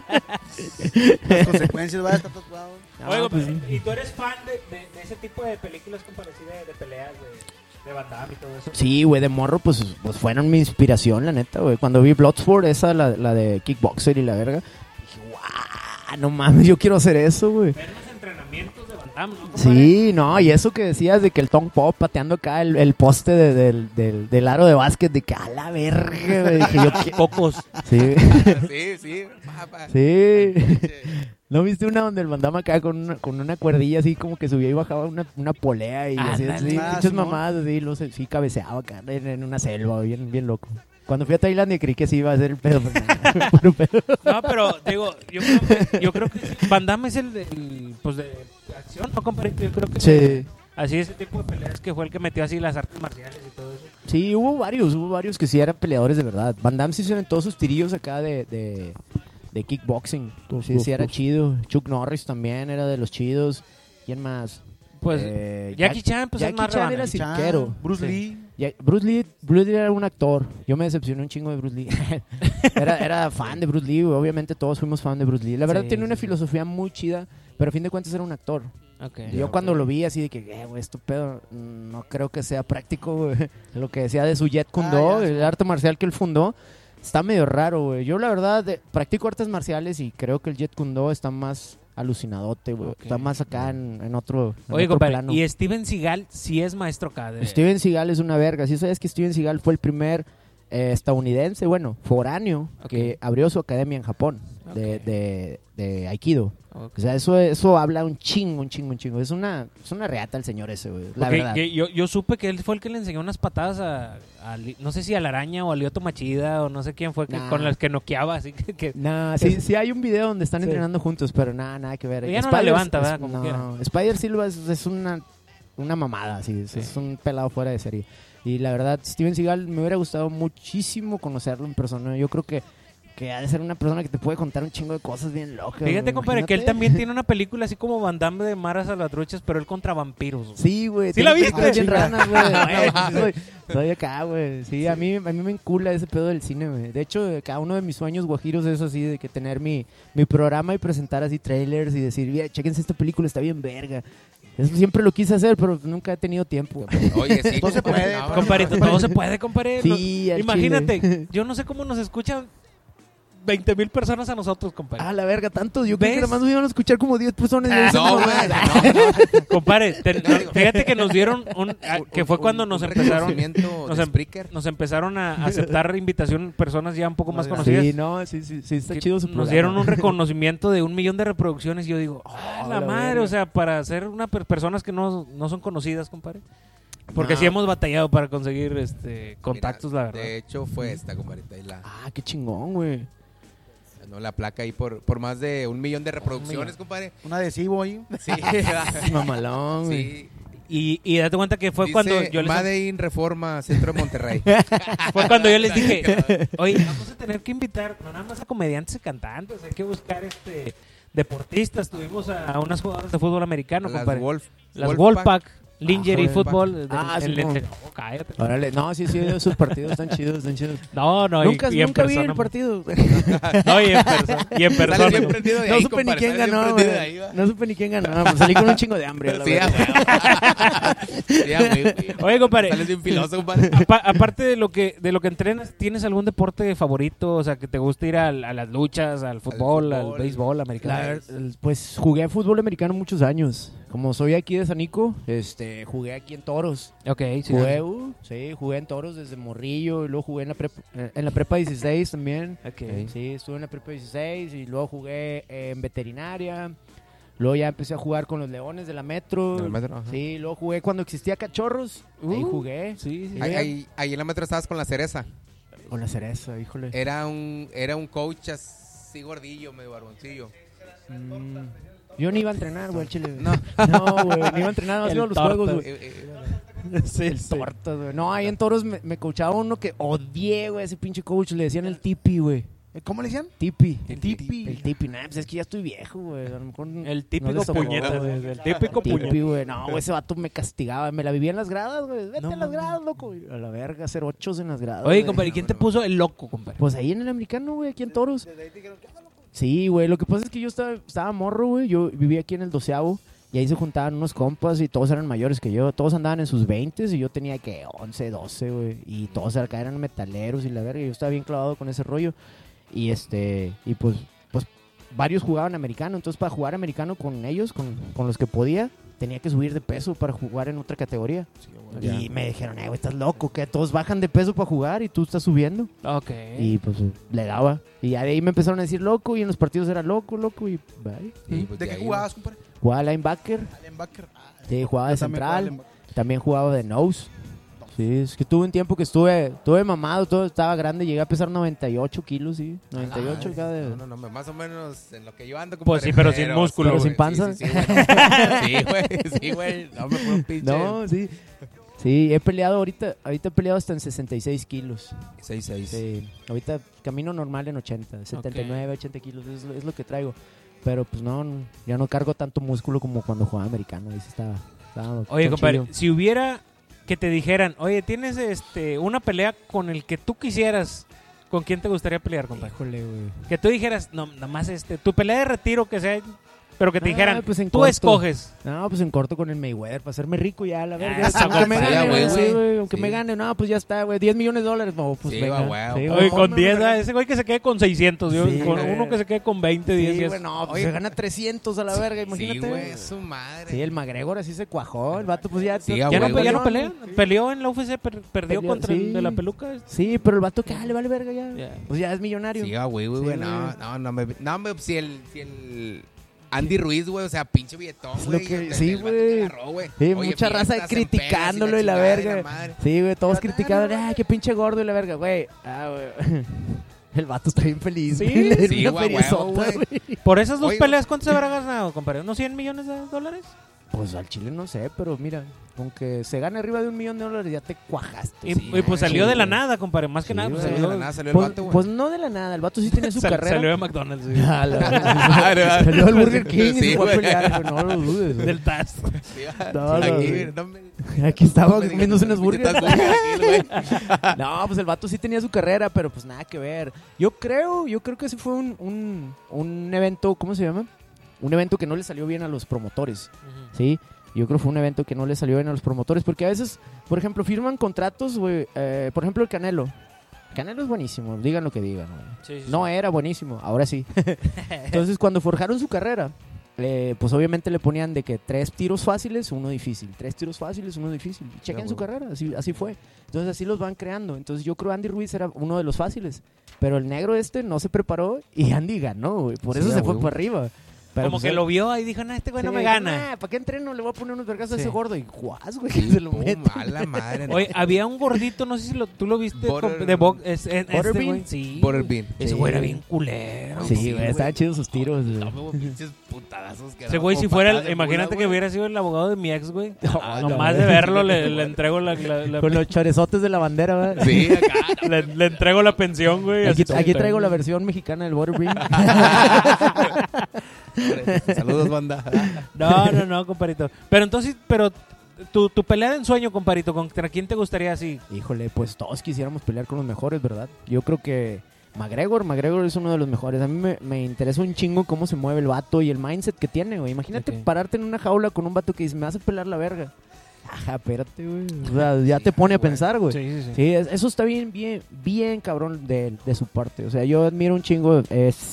Speaker 6: Las consecuencias, va a estar tatuado.
Speaker 4: Oigo,
Speaker 7: pues sí.
Speaker 4: ¿y tú eres fan de ese tipo de películas como de peleas de Van Damme y todo eso?
Speaker 7: Sí, güey, de morro, pues fueron mi inspiración, la neta, güey. Cuando vi Bloodsport, esa, la de Kickboxer y la verga, dije, guau, no mames, yo quiero hacer eso, güey.
Speaker 4: Ver los entrenamientos de Van Damme, ¿no?
Speaker 7: Sí, no, y eso que decías de que el Tongue Pop pateando acá el poste del aro de básquet, de que a la verga, güey. Dije yo, ¿qué?
Speaker 4: Cocos.
Speaker 7: Sí,
Speaker 5: Sí. Papá.
Speaker 7: sí. ¿No viste una donde el Van Damme acá con una cuerdilla así como que subía y bajaba una polea y así,
Speaker 4: Ándale.
Speaker 7: así,
Speaker 6: Ah,
Speaker 7: muchas
Speaker 6: Simón.
Speaker 7: mamadas así, sí cabeceaba acá en una selva, bien loco. Cuando fui a Tailandia creí que sí iba a ser el pedo, pero no, puro pedo.
Speaker 4: No, pero digo, yo creo que sí, Van Damme es pues de acción, ¿no, compadre? Yo creo que
Speaker 7: Sí.
Speaker 4: así ese tipo de peleas que fue el que metió así las artes marciales y todo eso.
Speaker 7: Sí, hubo varios que sí eran peleadores de verdad. Van Damme sí hicieron todos sus tirillos acá de kickboxing. Sí era chido. Chuck Norris también era de los chidos. ¿Quién más?
Speaker 4: Pues Jackie Chan, pues es
Speaker 7: Jackie
Speaker 4: más
Speaker 7: Chan
Speaker 4: rebane.
Speaker 7: era cirquero.
Speaker 6: Bruce
Speaker 4: Sí.
Speaker 6: Lee.
Speaker 7: Bruce Lee era un actor. Yo me decepcioné un chingo de Bruce Lee. era fan de Bruce Lee, güey. Obviamente todos fuimos fan de Bruce Lee. La verdad
Speaker 4: Sí,
Speaker 7: tiene una
Speaker 4: sí.
Speaker 7: filosofía muy chida, pero a fin de cuentas era un actor.
Speaker 4: Okay.
Speaker 7: Yo cuando lo vi así de que, güey, esto pedo, no creo que sea práctico, güey. Lo que decía de su Jet Kundo,
Speaker 6: ya,
Speaker 7: el arte marcial que él fundó, está medio raro, güey. Yo la verdad practico artes marciales y creo que el Jet Kundo está más alucinadote, güey.
Speaker 4: Ok.
Speaker 7: Está más acá en otro,
Speaker 4: Oye,
Speaker 7: otro
Speaker 4: compadre,
Speaker 7: plano.
Speaker 4: y Steven Seagal sí es maestro acá de...
Speaker 7: Steven Seagal es una verga. ¿Sí sabes que Steven Seagal fue el primer estadounidense, bueno, foráneo,
Speaker 4: Ok.
Speaker 7: que abrió su academia en Japón
Speaker 4: Ok.
Speaker 7: de Aikido?
Speaker 4: Ok.
Speaker 7: O sea, eso habla un chingo. Es una reata el señor ese, güey. La
Speaker 4: Porque
Speaker 7: verdad.
Speaker 4: yo supe que él fue el que le enseñó unas patadas no sé si a la araña o a Lyoto Machida o no sé quién fue
Speaker 7: Nah.
Speaker 4: con las que noqueaba, así que
Speaker 7: Nah, sí hay un video donde están
Speaker 4: Sí.
Speaker 7: entrenando juntos, pero nada que ver.
Speaker 4: Pero ya no la levanta, ¿verdad? Como quiera.
Speaker 7: no, Spider Silva es una mamada, sí, es un pelado fuera de serie. Y la verdad, Steven Seagal me hubiera gustado muchísimo conocerlo en persona. Yo creo que ha de ser una persona que te puede contar un chingo de cosas bien locas.
Speaker 4: fíjate,
Speaker 7: güey,
Speaker 4: compadre, que él
Speaker 7: imagínate.
Speaker 4: también tiene una película así como Van Damme de Maras Salvatruchas, pero él contra vampiros. güey.
Speaker 7: Sí, güey.
Speaker 4: ¿Sí la
Speaker 7: tiene
Speaker 4: viste?
Speaker 7: películas bien
Speaker 6: Chinga.
Speaker 7: ranas, güey. No, soy acá, güey. Sí, a mí me encula ese pedo del cine, güey. De hecho, cada uno de mis sueños guajiros es así, de que tener mi programa y presentar así trailers y decir, mira, chéquense esta película, está bien verga. Eso siempre lo quise hacer, pero nunca he tenido tiempo.
Speaker 5: Oye, sí.
Speaker 6: Todo se puede,
Speaker 5: no,
Speaker 4: Compadrito,
Speaker 5: no,
Speaker 4: todo se puede, compadre.
Speaker 7: Sí, al
Speaker 4: Imagínate,
Speaker 7: chile.
Speaker 4: yo no sé cómo nos escuchan 20,000 personas a nosotros, compadre.
Speaker 7: Ah, la verga, tanto. Yo creo que
Speaker 4: ¿Ves?
Speaker 7: nada más nos iban a escuchar como 10 personas. Y eso
Speaker 5: No,
Speaker 7: no,
Speaker 5: güey.
Speaker 4: Compadre, fíjate que nos dieron que fue cuando nos empezaron
Speaker 5: nos
Speaker 4: nos
Speaker 5: Spreaker.
Speaker 4: nos empezaron a aceptar invitación personas ya un poco más conocidas.
Speaker 7: Sí, no, sí, está
Speaker 4: Que
Speaker 7: chido su
Speaker 4: nos
Speaker 7: programa.
Speaker 4: dieron un reconocimiento de 1 millón de reproducciones y yo digo, la
Speaker 7: la
Speaker 4: madre,
Speaker 7: verga.
Speaker 4: o sea, para ser personas que no son conocidas, compadre. Porque
Speaker 5: No.
Speaker 4: sí hemos batallado para conseguir contactos,
Speaker 5: Mira,
Speaker 4: la verdad.
Speaker 5: De hecho, fue esta, compadrita. Y
Speaker 7: Ah, qué chingón, güey.
Speaker 5: la placa ahí por más de 1 millón de reproducciones, compadre.
Speaker 6: Un adhesivo ahí.
Speaker 5: Sí.
Speaker 7: Mamalón, güey.
Speaker 5: Sí.
Speaker 4: Y date cuenta que fue
Speaker 5: Dice
Speaker 4: cuando yo les
Speaker 5: Made in Reforma, Centro de Monterrey.
Speaker 4: fue cuando yo les dije, oye, vamos a tener que invitar no nada más a comediantes y cantantes, hay que buscar deportistas. Tuvimos a unas jugadoras de fútbol americano,
Speaker 5: Las
Speaker 4: compadre.
Speaker 5: Wolf.
Speaker 4: Las Wolfpack, Lingerie
Speaker 7: joder.
Speaker 4: Fútbol.
Speaker 7: Sí, como-
Speaker 4: Cállate.
Speaker 7: Órale, no, sí, esos partidos están chidos.
Speaker 4: No,
Speaker 7: Nunca
Speaker 4: y en
Speaker 7: vi
Speaker 4: persona.
Speaker 7: el partido.
Speaker 4: No, y en persona. Y en
Speaker 5: Sales
Speaker 4: persona.
Speaker 5: bien prendido de
Speaker 7: No
Speaker 5: ahí,
Speaker 7: supe ni
Speaker 5: compadre,
Speaker 7: quién
Speaker 5: sales bien
Speaker 7: ganó,
Speaker 5: prendido de ahí,
Speaker 7: güey.
Speaker 5: va.
Speaker 7: No supe ni quién ganó. Pues salí con un chingo de hambre. a la
Speaker 5: Sí,
Speaker 7: verga.
Speaker 5: güey.
Speaker 4: Oye, compadre.
Speaker 5: Sales bien filoso, compadre.
Speaker 4: Aparte de lo que entrenas, ¿tienes algún deporte favorito? O sea, que te gusta ir a las luchas, al fútbol, al
Speaker 5: fútbol.
Speaker 4: béisbol americano.
Speaker 7: Pues jugué fútbol americano muchos años. Como soy aquí de Sanico, jugué aquí en Toros.
Speaker 4: Ok, sí.
Speaker 7: Jugué en Toros desde morrillo y luego jugué en la prepa 16 también.
Speaker 4: Ok.
Speaker 7: Sí, estuve en la prepa 16 y luego jugué en veterinaria. Luego ya empecé a jugar con los Leones de la Metro.
Speaker 5: De la Metro, ajá.
Speaker 7: Sí, luego jugué cuando existía Cachorros. Ahí jugué.
Speaker 4: Sí, sí.
Speaker 5: Ahí en la Metro estabas con la Cereza.
Speaker 7: Con la Cereza, híjole.
Speaker 5: Era un coach así gordillo, medio barboncillo.
Speaker 7: Yo ni iba a entrenar, güey, al chile. No, güey, ni iba a entrenar, más
Speaker 4: El
Speaker 7: iba a los
Speaker 4: tortas.
Speaker 7: juegos, güey.
Speaker 4: Sí,
Speaker 7: El tortas, güey. No, ahí en Toros me coachaba uno que odié, güey, ese pinche coach. Le decían el tipi, güey.
Speaker 6: ¿Cómo le decían?
Speaker 7: Tipi.
Speaker 6: El tipi.
Speaker 7: El tipi, nah, pues es que ya estoy viejo, güey. A lo mejor
Speaker 4: El típico
Speaker 7: no les tocó,
Speaker 4: puñeta,
Speaker 7: güey.
Speaker 4: el típico
Speaker 7: Tipi,
Speaker 4: puñeta.
Speaker 7: güey. No, güey, ese vato me castigaba. Me la vivía en las gradas, güey. Vete
Speaker 4: No,
Speaker 7: a las gradas, loco. A la verga, hacer 8 en las gradas.
Speaker 4: Oye,
Speaker 7: güey.
Speaker 4: compadre, ¿y quién te puso el loco, compadre?
Speaker 7: Pues ahí en el americano, güey, aquí en Toros. Sí, güey, lo que pasa es que yo estaba morro, güey. Yo vivía aquí en el 12avo y ahí se juntaban unos compas y todos eran mayores que yo. Todos andaban en sus 20s y yo tenía que 11, 12, güey. Y todos acá eran metaleros y la verga. Yo estaba bien clavado con ese rollo. Y y pues varios jugaban americano. Entonces para jugar americano con ellos, con los que podía, tenía que subir de peso para jugar en otra categoría. Y me dijeron, güey, estás loco, que todos bajan de peso para jugar y tú estás subiendo.
Speaker 4: Ok.
Speaker 7: Y pues le daba. Y ya de ahí me empezaron a decir loco y en los partidos era loco y bye.
Speaker 5: Y, pues,
Speaker 6: ¿De qué
Speaker 5: ahí,
Speaker 6: jugabas, compadre?
Speaker 7: Jugaba linebacker,
Speaker 6: Linebacker.
Speaker 7: sí, jugaba de
Speaker 6: Yo también jugaba
Speaker 7: central,
Speaker 6: linebacker.
Speaker 7: también jugaba de nose. Sí, es que tuve un tiempo que estuve mamado, todo estaba grande, llegué a pesar 98 kilos, sí, 98
Speaker 5: Ay,
Speaker 7: cada de...
Speaker 5: No, más o menos en lo que yo ando.
Speaker 4: Pues sí, pero sin músculo,
Speaker 7: pero
Speaker 5: güey,
Speaker 7: sin panza.
Speaker 5: Sí, güey. No me fue un pinche.
Speaker 7: No, sí. Sí, he peleado ahorita he peleado hasta en 66 kilos.
Speaker 5: 6'6".
Speaker 7: Sí, ahorita camino normal en 80, 79, 80 kilos, es lo que traigo. Pero pues no, ya no cargo tanto músculo como cuando jugaba americano. Ahí sí estaba
Speaker 4: Oye, compadre,
Speaker 7: chido.
Speaker 4: si hubiera que te dijeran, oye, tienes una pelea con el que tú quisieras, ¿con quién te gustaría pelear, compadre?
Speaker 7: Híjole, güey.
Speaker 4: Que tú dijeras, no, nada más tu pelea de retiro que sea, pero que te dijeran,
Speaker 7: pues en
Speaker 4: tú
Speaker 7: corto.
Speaker 4: escoges.
Speaker 7: No, pues en corto con el Mayweather, para hacerme rico ya, la verga.
Speaker 4: Eso,
Speaker 7: Aunque me
Speaker 4: compadre.
Speaker 7: gane, güey.
Speaker 5: güey.
Speaker 7: Sí, güey, aunque
Speaker 5: Sí.
Speaker 7: me gane, no, pues ya está, güey. $10 millones. No, pues
Speaker 5: Sí,
Speaker 7: venga.
Speaker 5: va, güey.
Speaker 7: Sí,
Speaker 4: Oye, con
Speaker 7: pónmelo,
Speaker 4: 10,
Speaker 7: verga.
Speaker 4: ese güey que se quede con 600, yo,
Speaker 7: Sí,
Speaker 4: con
Speaker 7: güey.
Speaker 4: uno que se quede con 20, 10.
Speaker 7: Sí,
Speaker 4: 10.
Speaker 7: güey, no, pues
Speaker 5: Oye.
Speaker 7: se gana 300 a la verga, imagínate.
Speaker 5: Sí, güey, su madre.
Speaker 7: Sí, el McGregor así se cuajó, el vato pues ya...
Speaker 5: Sí,
Speaker 4: ¿Ya,
Speaker 5: güey,
Speaker 4: no,
Speaker 5: güey.
Speaker 4: ya no pelea? Peleó en la UFC, perdió
Speaker 7: Peleó,
Speaker 4: contra
Speaker 7: sí.
Speaker 4: el de la peluca.
Speaker 7: Sí, pero el vato que le vale verga ya.
Speaker 4: Ya.
Speaker 7: Pues ya es millonario.
Speaker 5: Sí, güey,
Speaker 7: Sí,
Speaker 5: güey.
Speaker 7: güey.
Speaker 5: No, si el Andy Ruiz, güey, o sea, pinche billetón,
Speaker 7: Es lo
Speaker 5: güey.
Speaker 7: que-
Speaker 5: el
Speaker 7: sí,
Speaker 5: vato que
Speaker 7: güey.
Speaker 5: agarró, güey.
Speaker 7: Sí,
Speaker 5: Oye,
Speaker 7: mucha raza
Speaker 5: fiestas,
Speaker 7: criticándolo
Speaker 5: empedas
Speaker 7: y la
Speaker 5: chingada
Speaker 7: verga.
Speaker 5: de madre.
Speaker 7: Sí, güey, todos criticándole, ay, qué pinche gordo y la verga, güey. Güey. El vato está bien feliz.
Speaker 4: Sí,
Speaker 7: güey. Le dieron
Speaker 5: sí,
Speaker 7: una
Speaker 5: güey,
Speaker 7: feriezota,
Speaker 5: güey.
Speaker 7: güey.
Speaker 4: Por esas dos
Speaker 5: Oye.
Speaker 4: peleas, ¿cuánto se habrá ganado, compadre? ¿Unos $100 millones?
Speaker 7: Pues al chile no sé, pero mira, aunque se gane arriba de $1 millón ya te cuajaste.
Speaker 4: Y,
Speaker 7: Sí,
Speaker 4: y pues salió
Speaker 7: sí,
Speaker 4: de la
Speaker 7: güey.
Speaker 4: nada, compadre. Más que
Speaker 7: Sí,
Speaker 4: nada, pues
Speaker 7: güey.
Speaker 5: De
Speaker 4: salió,
Speaker 5: la nada salió el
Speaker 7: Pues,
Speaker 5: vato, güey.
Speaker 7: pues no de la nada, el vato sí tiene su carrera.
Speaker 4: salió de McDonald's, sí.
Speaker 7: Ah, salió al Burger King y
Speaker 5: Sí,
Speaker 7: se fue a
Speaker 5: güey.
Speaker 7: pelear, güey, no lo dudes. güey.
Speaker 4: del TAS.
Speaker 7: No, no,
Speaker 5: Aquí,
Speaker 7: güey.
Speaker 5: no me-
Speaker 7: Aquí estaba
Speaker 5: no me digas
Speaker 7: comiéndose
Speaker 5: que
Speaker 7: unos
Speaker 5: me
Speaker 7: burgers.
Speaker 5: quitas burger aquí, güey.
Speaker 7: No, pues el vato sí tenía su carrera, pero pues nada que ver. Yo creo que ese fue un evento, ¿cómo se llama? Un evento que no le salió bien a los promotores, ¿sí? Yo creo que fue un evento que no le salió bien a los promotores, porque a veces, por ejemplo, firman contratos, güey, por ejemplo, el Canelo. Canelo es buenísimo, digan lo que digan, güey.
Speaker 4: Sí, sí,
Speaker 7: No era buenísimo, ahora sí. Entonces, cuando forjaron su carrera, pues obviamente le ponían de que 3 tiros fáciles, uno difícil. 3 tiros fáciles, uno difícil. Y chequen su carrera, así fue. Entonces, así los van creando. Entonces, yo creo Andy Ruiz era uno de los fáciles. Pero el negro no se preparó y Andy ganó, güey. Por eso
Speaker 5: Sí,
Speaker 7: se fue
Speaker 5: güey.
Speaker 7: para arriba. Pero,
Speaker 4: Como
Speaker 7: pues,
Speaker 4: que lo vio y dijo, no, este güey no
Speaker 7: sí,
Speaker 4: me gana.
Speaker 7: ¿para qué entreno? Le voy a poner unos vergazos a
Speaker 4: Sí.
Speaker 7: ese gordo. Y guas, güey, que se lo mete.
Speaker 5: Mala madre. no.
Speaker 4: Oye, había un gordito, no sé si tú lo viste
Speaker 5: Butter-
Speaker 4: de box. Este
Speaker 7: Butterbean.
Speaker 4: güey, sí.
Speaker 5: Butterbean.
Speaker 4: Ese
Speaker 7: Sí.
Speaker 4: güey era bien culero.
Speaker 7: Sí,
Speaker 5: Sí,
Speaker 7: güey, estaban chidos sus tiros, güey.
Speaker 5: No, me pinches putadazos que
Speaker 4: Ese
Speaker 5: daba
Speaker 4: güey,
Speaker 5: como
Speaker 4: si fuera,
Speaker 5: patadas de
Speaker 4: imagínate
Speaker 5: mula,
Speaker 4: que
Speaker 5: güey.
Speaker 4: hubiera sido el abogado de mi ex, güey.
Speaker 7: no,
Speaker 4: Nomás de verlo le entrego la
Speaker 7: Con los chorezotes de la bandera, güey.
Speaker 5: Sí, acá.
Speaker 4: le entrego la pensión, güey.
Speaker 7: Aquí,
Speaker 4: así como
Speaker 7: aquí
Speaker 4: te-
Speaker 7: traigo la versión mexicana del Butterbean.
Speaker 5: Saludos, banda.
Speaker 4: No, comparito. Pero entonces, tu pelea de ensueño, comparito, ¿contra quién te gustaría así?
Speaker 7: Híjole, pues todos quisiéramos pelear con los mejores, ¿verdad? Yo creo que McGregor es uno de los mejores. A mí me interesa un chingo cómo se mueve el vato y el mindset que tiene, güey. Imagínate pararte en una jaula con un vato que dice, me vas a pelar la verga. Ajá, espérate, güey. O sea, ya te pone a pensar, güey. Sí, eso está bien cabrón de su parte. O sea, yo admiro un chingo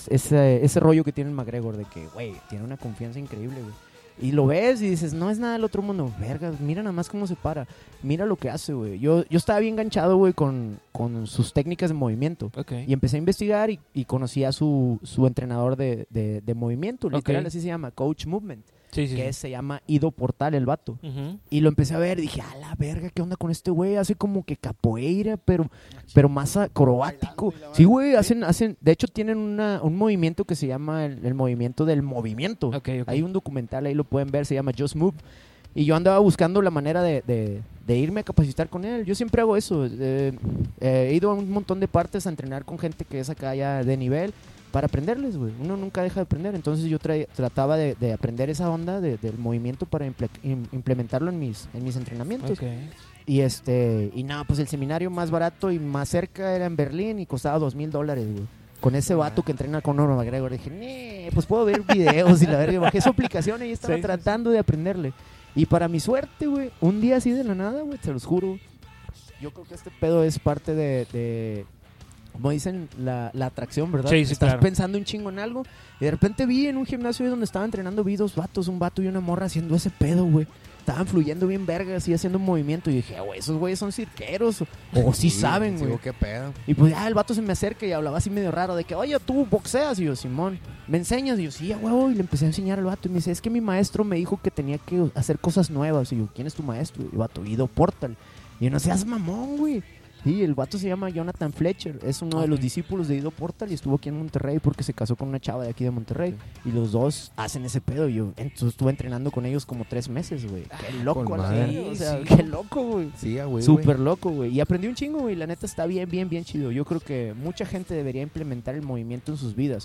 Speaker 7: ese rollo que tiene el McGregor de que, güey, tiene una confianza increíble, güey. Y lo ves y dices, no es nada del otro mundo. Verga, mira nada más cómo se para. Mira lo que hace, güey. Yo estaba bien enganchado, güey, con sus técnicas de movimiento.
Speaker 4: Okay.
Speaker 7: Y empecé a investigar y conocí a su entrenador de movimiento. Literal, así se llama, Coach Movement. Que se llama Ido Portal, el vato. Y lo empecé a ver y dije, a la verga, ¿qué onda con este güey? Hace como que capoeira, pero más acrobático. Sí, güey, hacen, de hecho tienen un movimiento que se llama el movimiento del movimiento.
Speaker 4: Okay.
Speaker 7: Hay un documental, ahí lo pueden ver, se llama Just Move. Y yo andaba buscando la manera de irme a capacitar con él. Yo siempre hago eso. He ido a un montón de partes a entrenar con gente que es acá ya de nivel para aprenderles, güey. Uno nunca deja de aprender. Entonces yo trataba de aprender esa onda del movimiento para implementarlo en mis entrenamientos.
Speaker 4: Okay.
Speaker 7: Y nada, pues el seminario más barato y más cerca era en Berlín y costaba $2,000, güey. Con ese vato que entrena con Conor McGregor. Dije, pues puedo ver videos y la verga. Bajé su aplicación y estaba tratando de aprenderle. Y para mi suerte, güey, un día así de la nada, güey, se los juro. Yo creo que este pedo es parte de como dicen, la atracción, ¿verdad?
Speaker 4: Sí,
Speaker 7: Estás
Speaker 4: claro.
Speaker 7: pensando un chingo en algo y de repente vi en un gimnasio donde estaba entrenando, vi dos vatos, un vato y una morra haciendo ese pedo, güey. Estaban fluyendo bien verga, así haciendo un movimiento. Y dije, güey, esos güeyes son cirqueros o sí saben, güey.
Speaker 5: Qué pedo.
Speaker 7: Y pues ya el vato se me acerca y hablaba así medio raro de que, oye, tú boxeas. Y yo, Simón, ¿me enseñas? Y yo, sí, güey. Y le empecé a enseñar al vato. Y me dice, es que mi maestro me dijo que tenía que hacer cosas nuevas. Y yo, ¿quién es tu maestro? Y el vato, Ido Portal. Y yo, no seas mamón, güey. Sí, el vato se llama Jonathan Fletcher, es uno de los discípulos de Ido Portal y estuvo aquí en Monterrey porque se casó con una chava de aquí de Monterrey. Y los dos hacen ese pedo. Y yo estuve entrenando con ellos como 3 meses, güey. Qué loco, la verdad. O sea, qué loco, güey.
Speaker 5: Sí, güey.
Speaker 7: Súper loco, güey. Y aprendí un chingo, güey. La neta está bien chido. Yo creo que mucha gente debería implementar el movimiento en sus vidas.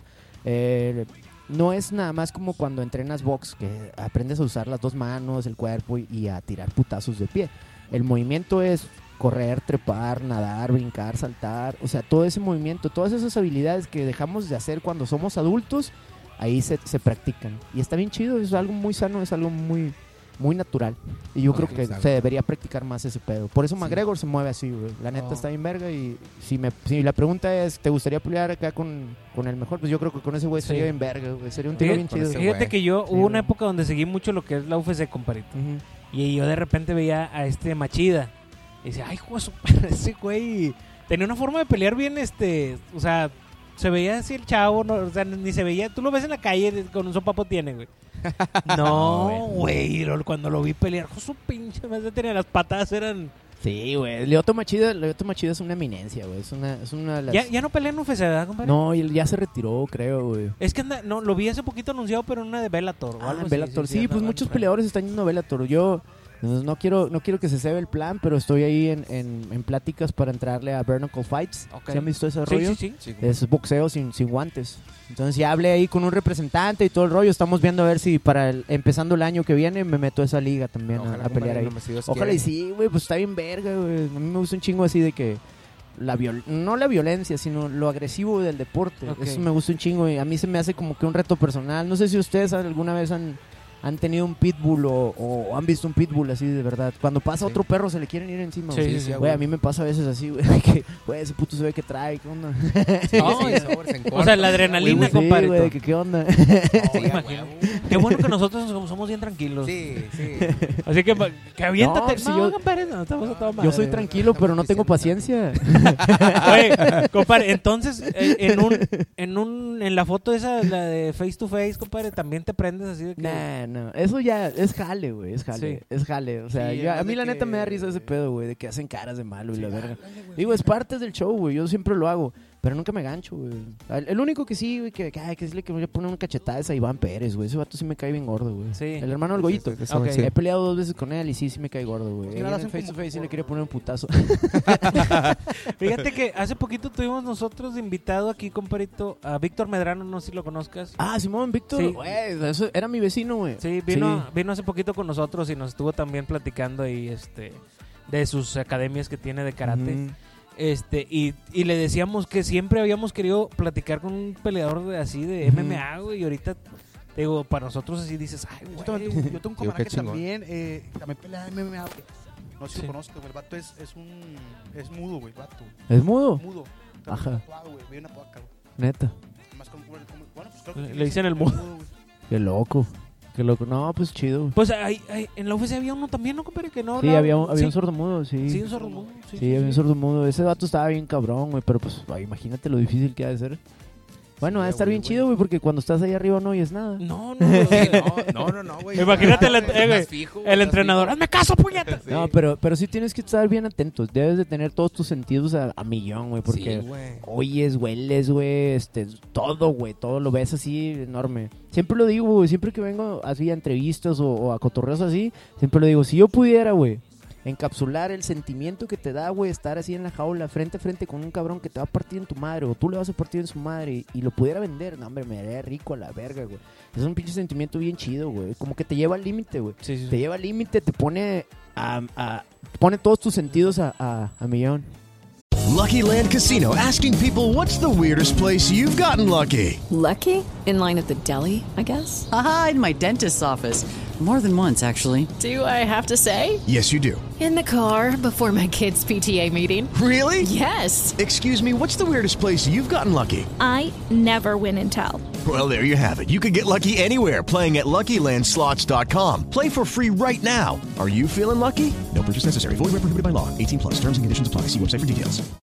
Speaker 7: No es nada más como cuando entrenas box, que aprendes a usar las 2 manos, el cuerpo y a tirar putazos de pie. El movimiento es correr, trepar, nadar, brincar, saltar, o sea, todo ese movimiento, todas esas habilidades que dejamos de hacer cuando somos adultos, ahí se practican. Y está bien chido, es algo muy sano, es algo muy natural. Y yo creo que se debería practicar más ese pedo. Por eso McGregor se mueve así, güey. La neta está bien verga. Y si la pregunta es, ¿te gustaría pelear acá con el mejor? Pues yo creo que con ese güey sería bien verga, güey. Sería un tiro bien chido.
Speaker 4: Fíjate que yo hubo una época donde seguí mucho lo que es la UFC, compadrito. Y yo de repente veía a Machida. Y decía, ay, juego, ese güey tenía una forma de pelear bien, o sea, se veía así el chavo, no, o sea, ni se veía, tú lo ves en la calle con un sopapo tiene, güey. No, güey, cuando lo vi pelear, su pinche madre tenía las patadas, eran...
Speaker 7: Sí, güey, Lyoto Machida es una eminencia, güey, es una de las...
Speaker 4: ¿Ya no pelea en UFC, ¿verdad, compadre?
Speaker 7: No, él ya se retiró, creo, güey.
Speaker 4: Es que no, lo vi hace poquito anunciado, pero en una de Bellator o algo
Speaker 7: Bellator,
Speaker 4: así.
Speaker 7: sí, pues muchos peleadores están yendo a Bellator. Yo no quiero que se cebe el plan, pero estoy ahí en pláticas para entrarle a Bare Knuckle Fights. ¿Se han visto ese rollo?
Speaker 4: Sí.
Speaker 7: Es boxeo sin guantes. Entonces ya hablé ahí con un representante y todo el rollo. Estamos viendo a ver si empezando el año que viene me meto a esa liga también a pelear ahí. Ojalá y sí, güey, pues está bien verga, güey. A mí me gusta un chingo así de que no la violencia, sino lo agresivo del deporte. Eso me gusta un chingo y a mí se me hace como que un reto personal. No sé si ustedes alguna vez han tenido un pitbull o han visto un pitbull así de verdad. Cuando pasa otro perro se le quieren ir encima.
Speaker 4: Sí,
Speaker 7: güey, a mí me pasa a veces así, güey, que güey, ese puto se ve que trae, ¿qué onda?
Speaker 4: O sea, la adrenalina, compadre.
Speaker 7: Güey, ¿qué onda?
Speaker 4: Qué bueno que nosotros somos bien tranquilos.
Speaker 5: Sí.
Speaker 4: Así que aviéntate.
Speaker 7: Compadre,
Speaker 4: estamos a toda madre.
Speaker 7: Yo soy tranquilo, pero no tengo paciencia.
Speaker 4: Oye, compadre, entonces en la foto esa, la de face to face, compadre, también te prendes así de que...
Speaker 7: No, eso ya es jale, güey, es jale. O sea,
Speaker 5: Sí,
Speaker 7: a mí la neta me da risa ese pedo, güey, de que hacen caras de malo y la verga. Digo, es parte del show, güey, yo siempre lo hago. Pero nunca me gancho, güey. El único que sí, güey, que sí le quería poner una cachetada es a Iván Pérez, güey. Ese vato sí me cae bien gordo, güey.
Speaker 4: Sí.
Speaker 7: El hermano del Goyito.
Speaker 4: Okay.
Speaker 7: He peleado 2 veces con él y sí me cae gordo, güey. En el face to face sí le quería poner un putazo.
Speaker 4: Fíjate que hace poquito tuvimos nosotros de invitado aquí, comparito, a Víctor Medrano, no sé si lo conozcas.
Speaker 7: Ah, Simón, Víctor.
Speaker 4: Sí.
Speaker 7: Güey, eso era mi vecino, güey.
Speaker 4: Sí, vino hace poquito con nosotros y nos estuvo también platicando ahí, de sus academias que tiene de karate. Y le decíamos que siempre habíamos querido platicar con un peleador así de MMA, güey, y ahorita, digo, para nosotros así dices, ay, güey.
Speaker 6: Yo tengo un camarada que también pelea MMA, güey. No sé si lo conozco, güey. El vato es mudo, güey, el vato.
Speaker 7: ¿Es mudo?
Speaker 6: Mudo.
Speaker 7: Ajá.
Speaker 6: Tatuado, güey. Vive una placa, güey.
Speaker 7: Neta.
Speaker 6: Más bueno, pues creo que
Speaker 4: Le dicen el mudo.
Speaker 6: güey.
Speaker 7: Qué loco. No, pues chido, güey.
Speaker 4: Pues en la UFC había uno también, ¿no, compadre? Que no
Speaker 7: Sí,
Speaker 4: hablaba.
Speaker 7: había un sordomudo, sí.
Speaker 4: Sí, un sordomudo.
Speaker 7: Sí, había un sordomudo. Ese vato estaba bien cabrón, güey. Pero pues, imagínate lo difícil que ha de ser. Bueno, ha de estar bien chido, güey, porque cuando estás ahí arriba no oyes nada.
Speaker 4: No,
Speaker 5: güey.
Speaker 4: Imagínate el entrenador. ¡Hazme caso, puñetas!
Speaker 7: No, pero sí tienes que estar bien atentos. Debes de tener todos tus sentidos a millón, güey. Porque oyes, hueles, güey, todo, güey. Todo lo ves así enorme. Siempre lo digo, güey. Siempre que vengo así a entrevistas o a cotorreos así, siempre lo digo. Si yo pudiera, güey, encapsular el sentimiento que te da, güey, estar así en la jaula, frente a frente con un cabrón que te va a partir en tu madre, o tú le vas a partir en su madre, y lo pudiera vender, no, hombre, me haría rico a la verga, güey. Es un pinche sentimiento bien chido, güey. Como que te lleva al límite, güey.
Speaker 4: Sí.
Speaker 7: Te lleva al límite, te pone pone todos tus sentidos a millón.
Speaker 8: Lucky Land Casino, asking people, what's the weirdest place you've gotten lucky?
Speaker 9: Lucky? In line at the deli, I guess?
Speaker 10: Aha, in my dentist's office. More than once, actually.
Speaker 9: Do I have to say?
Speaker 8: Yes, you do.
Speaker 9: In the car before my kids' PTA meeting.
Speaker 8: Really?
Speaker 9: Yes.
Speaker 8: Excuse me, what's the weirdest place you've gotten lucky?
Speaker 11: I never win and tell.
Speaker 8: Well, there you have it. You can get lucky anywhere, playing at LuckyLandSlots.com. Play for free right now. Are you feeling lucky? No purchase necessary. Void where prohibited by law. 18+. Terms and conditions apply. See website for details.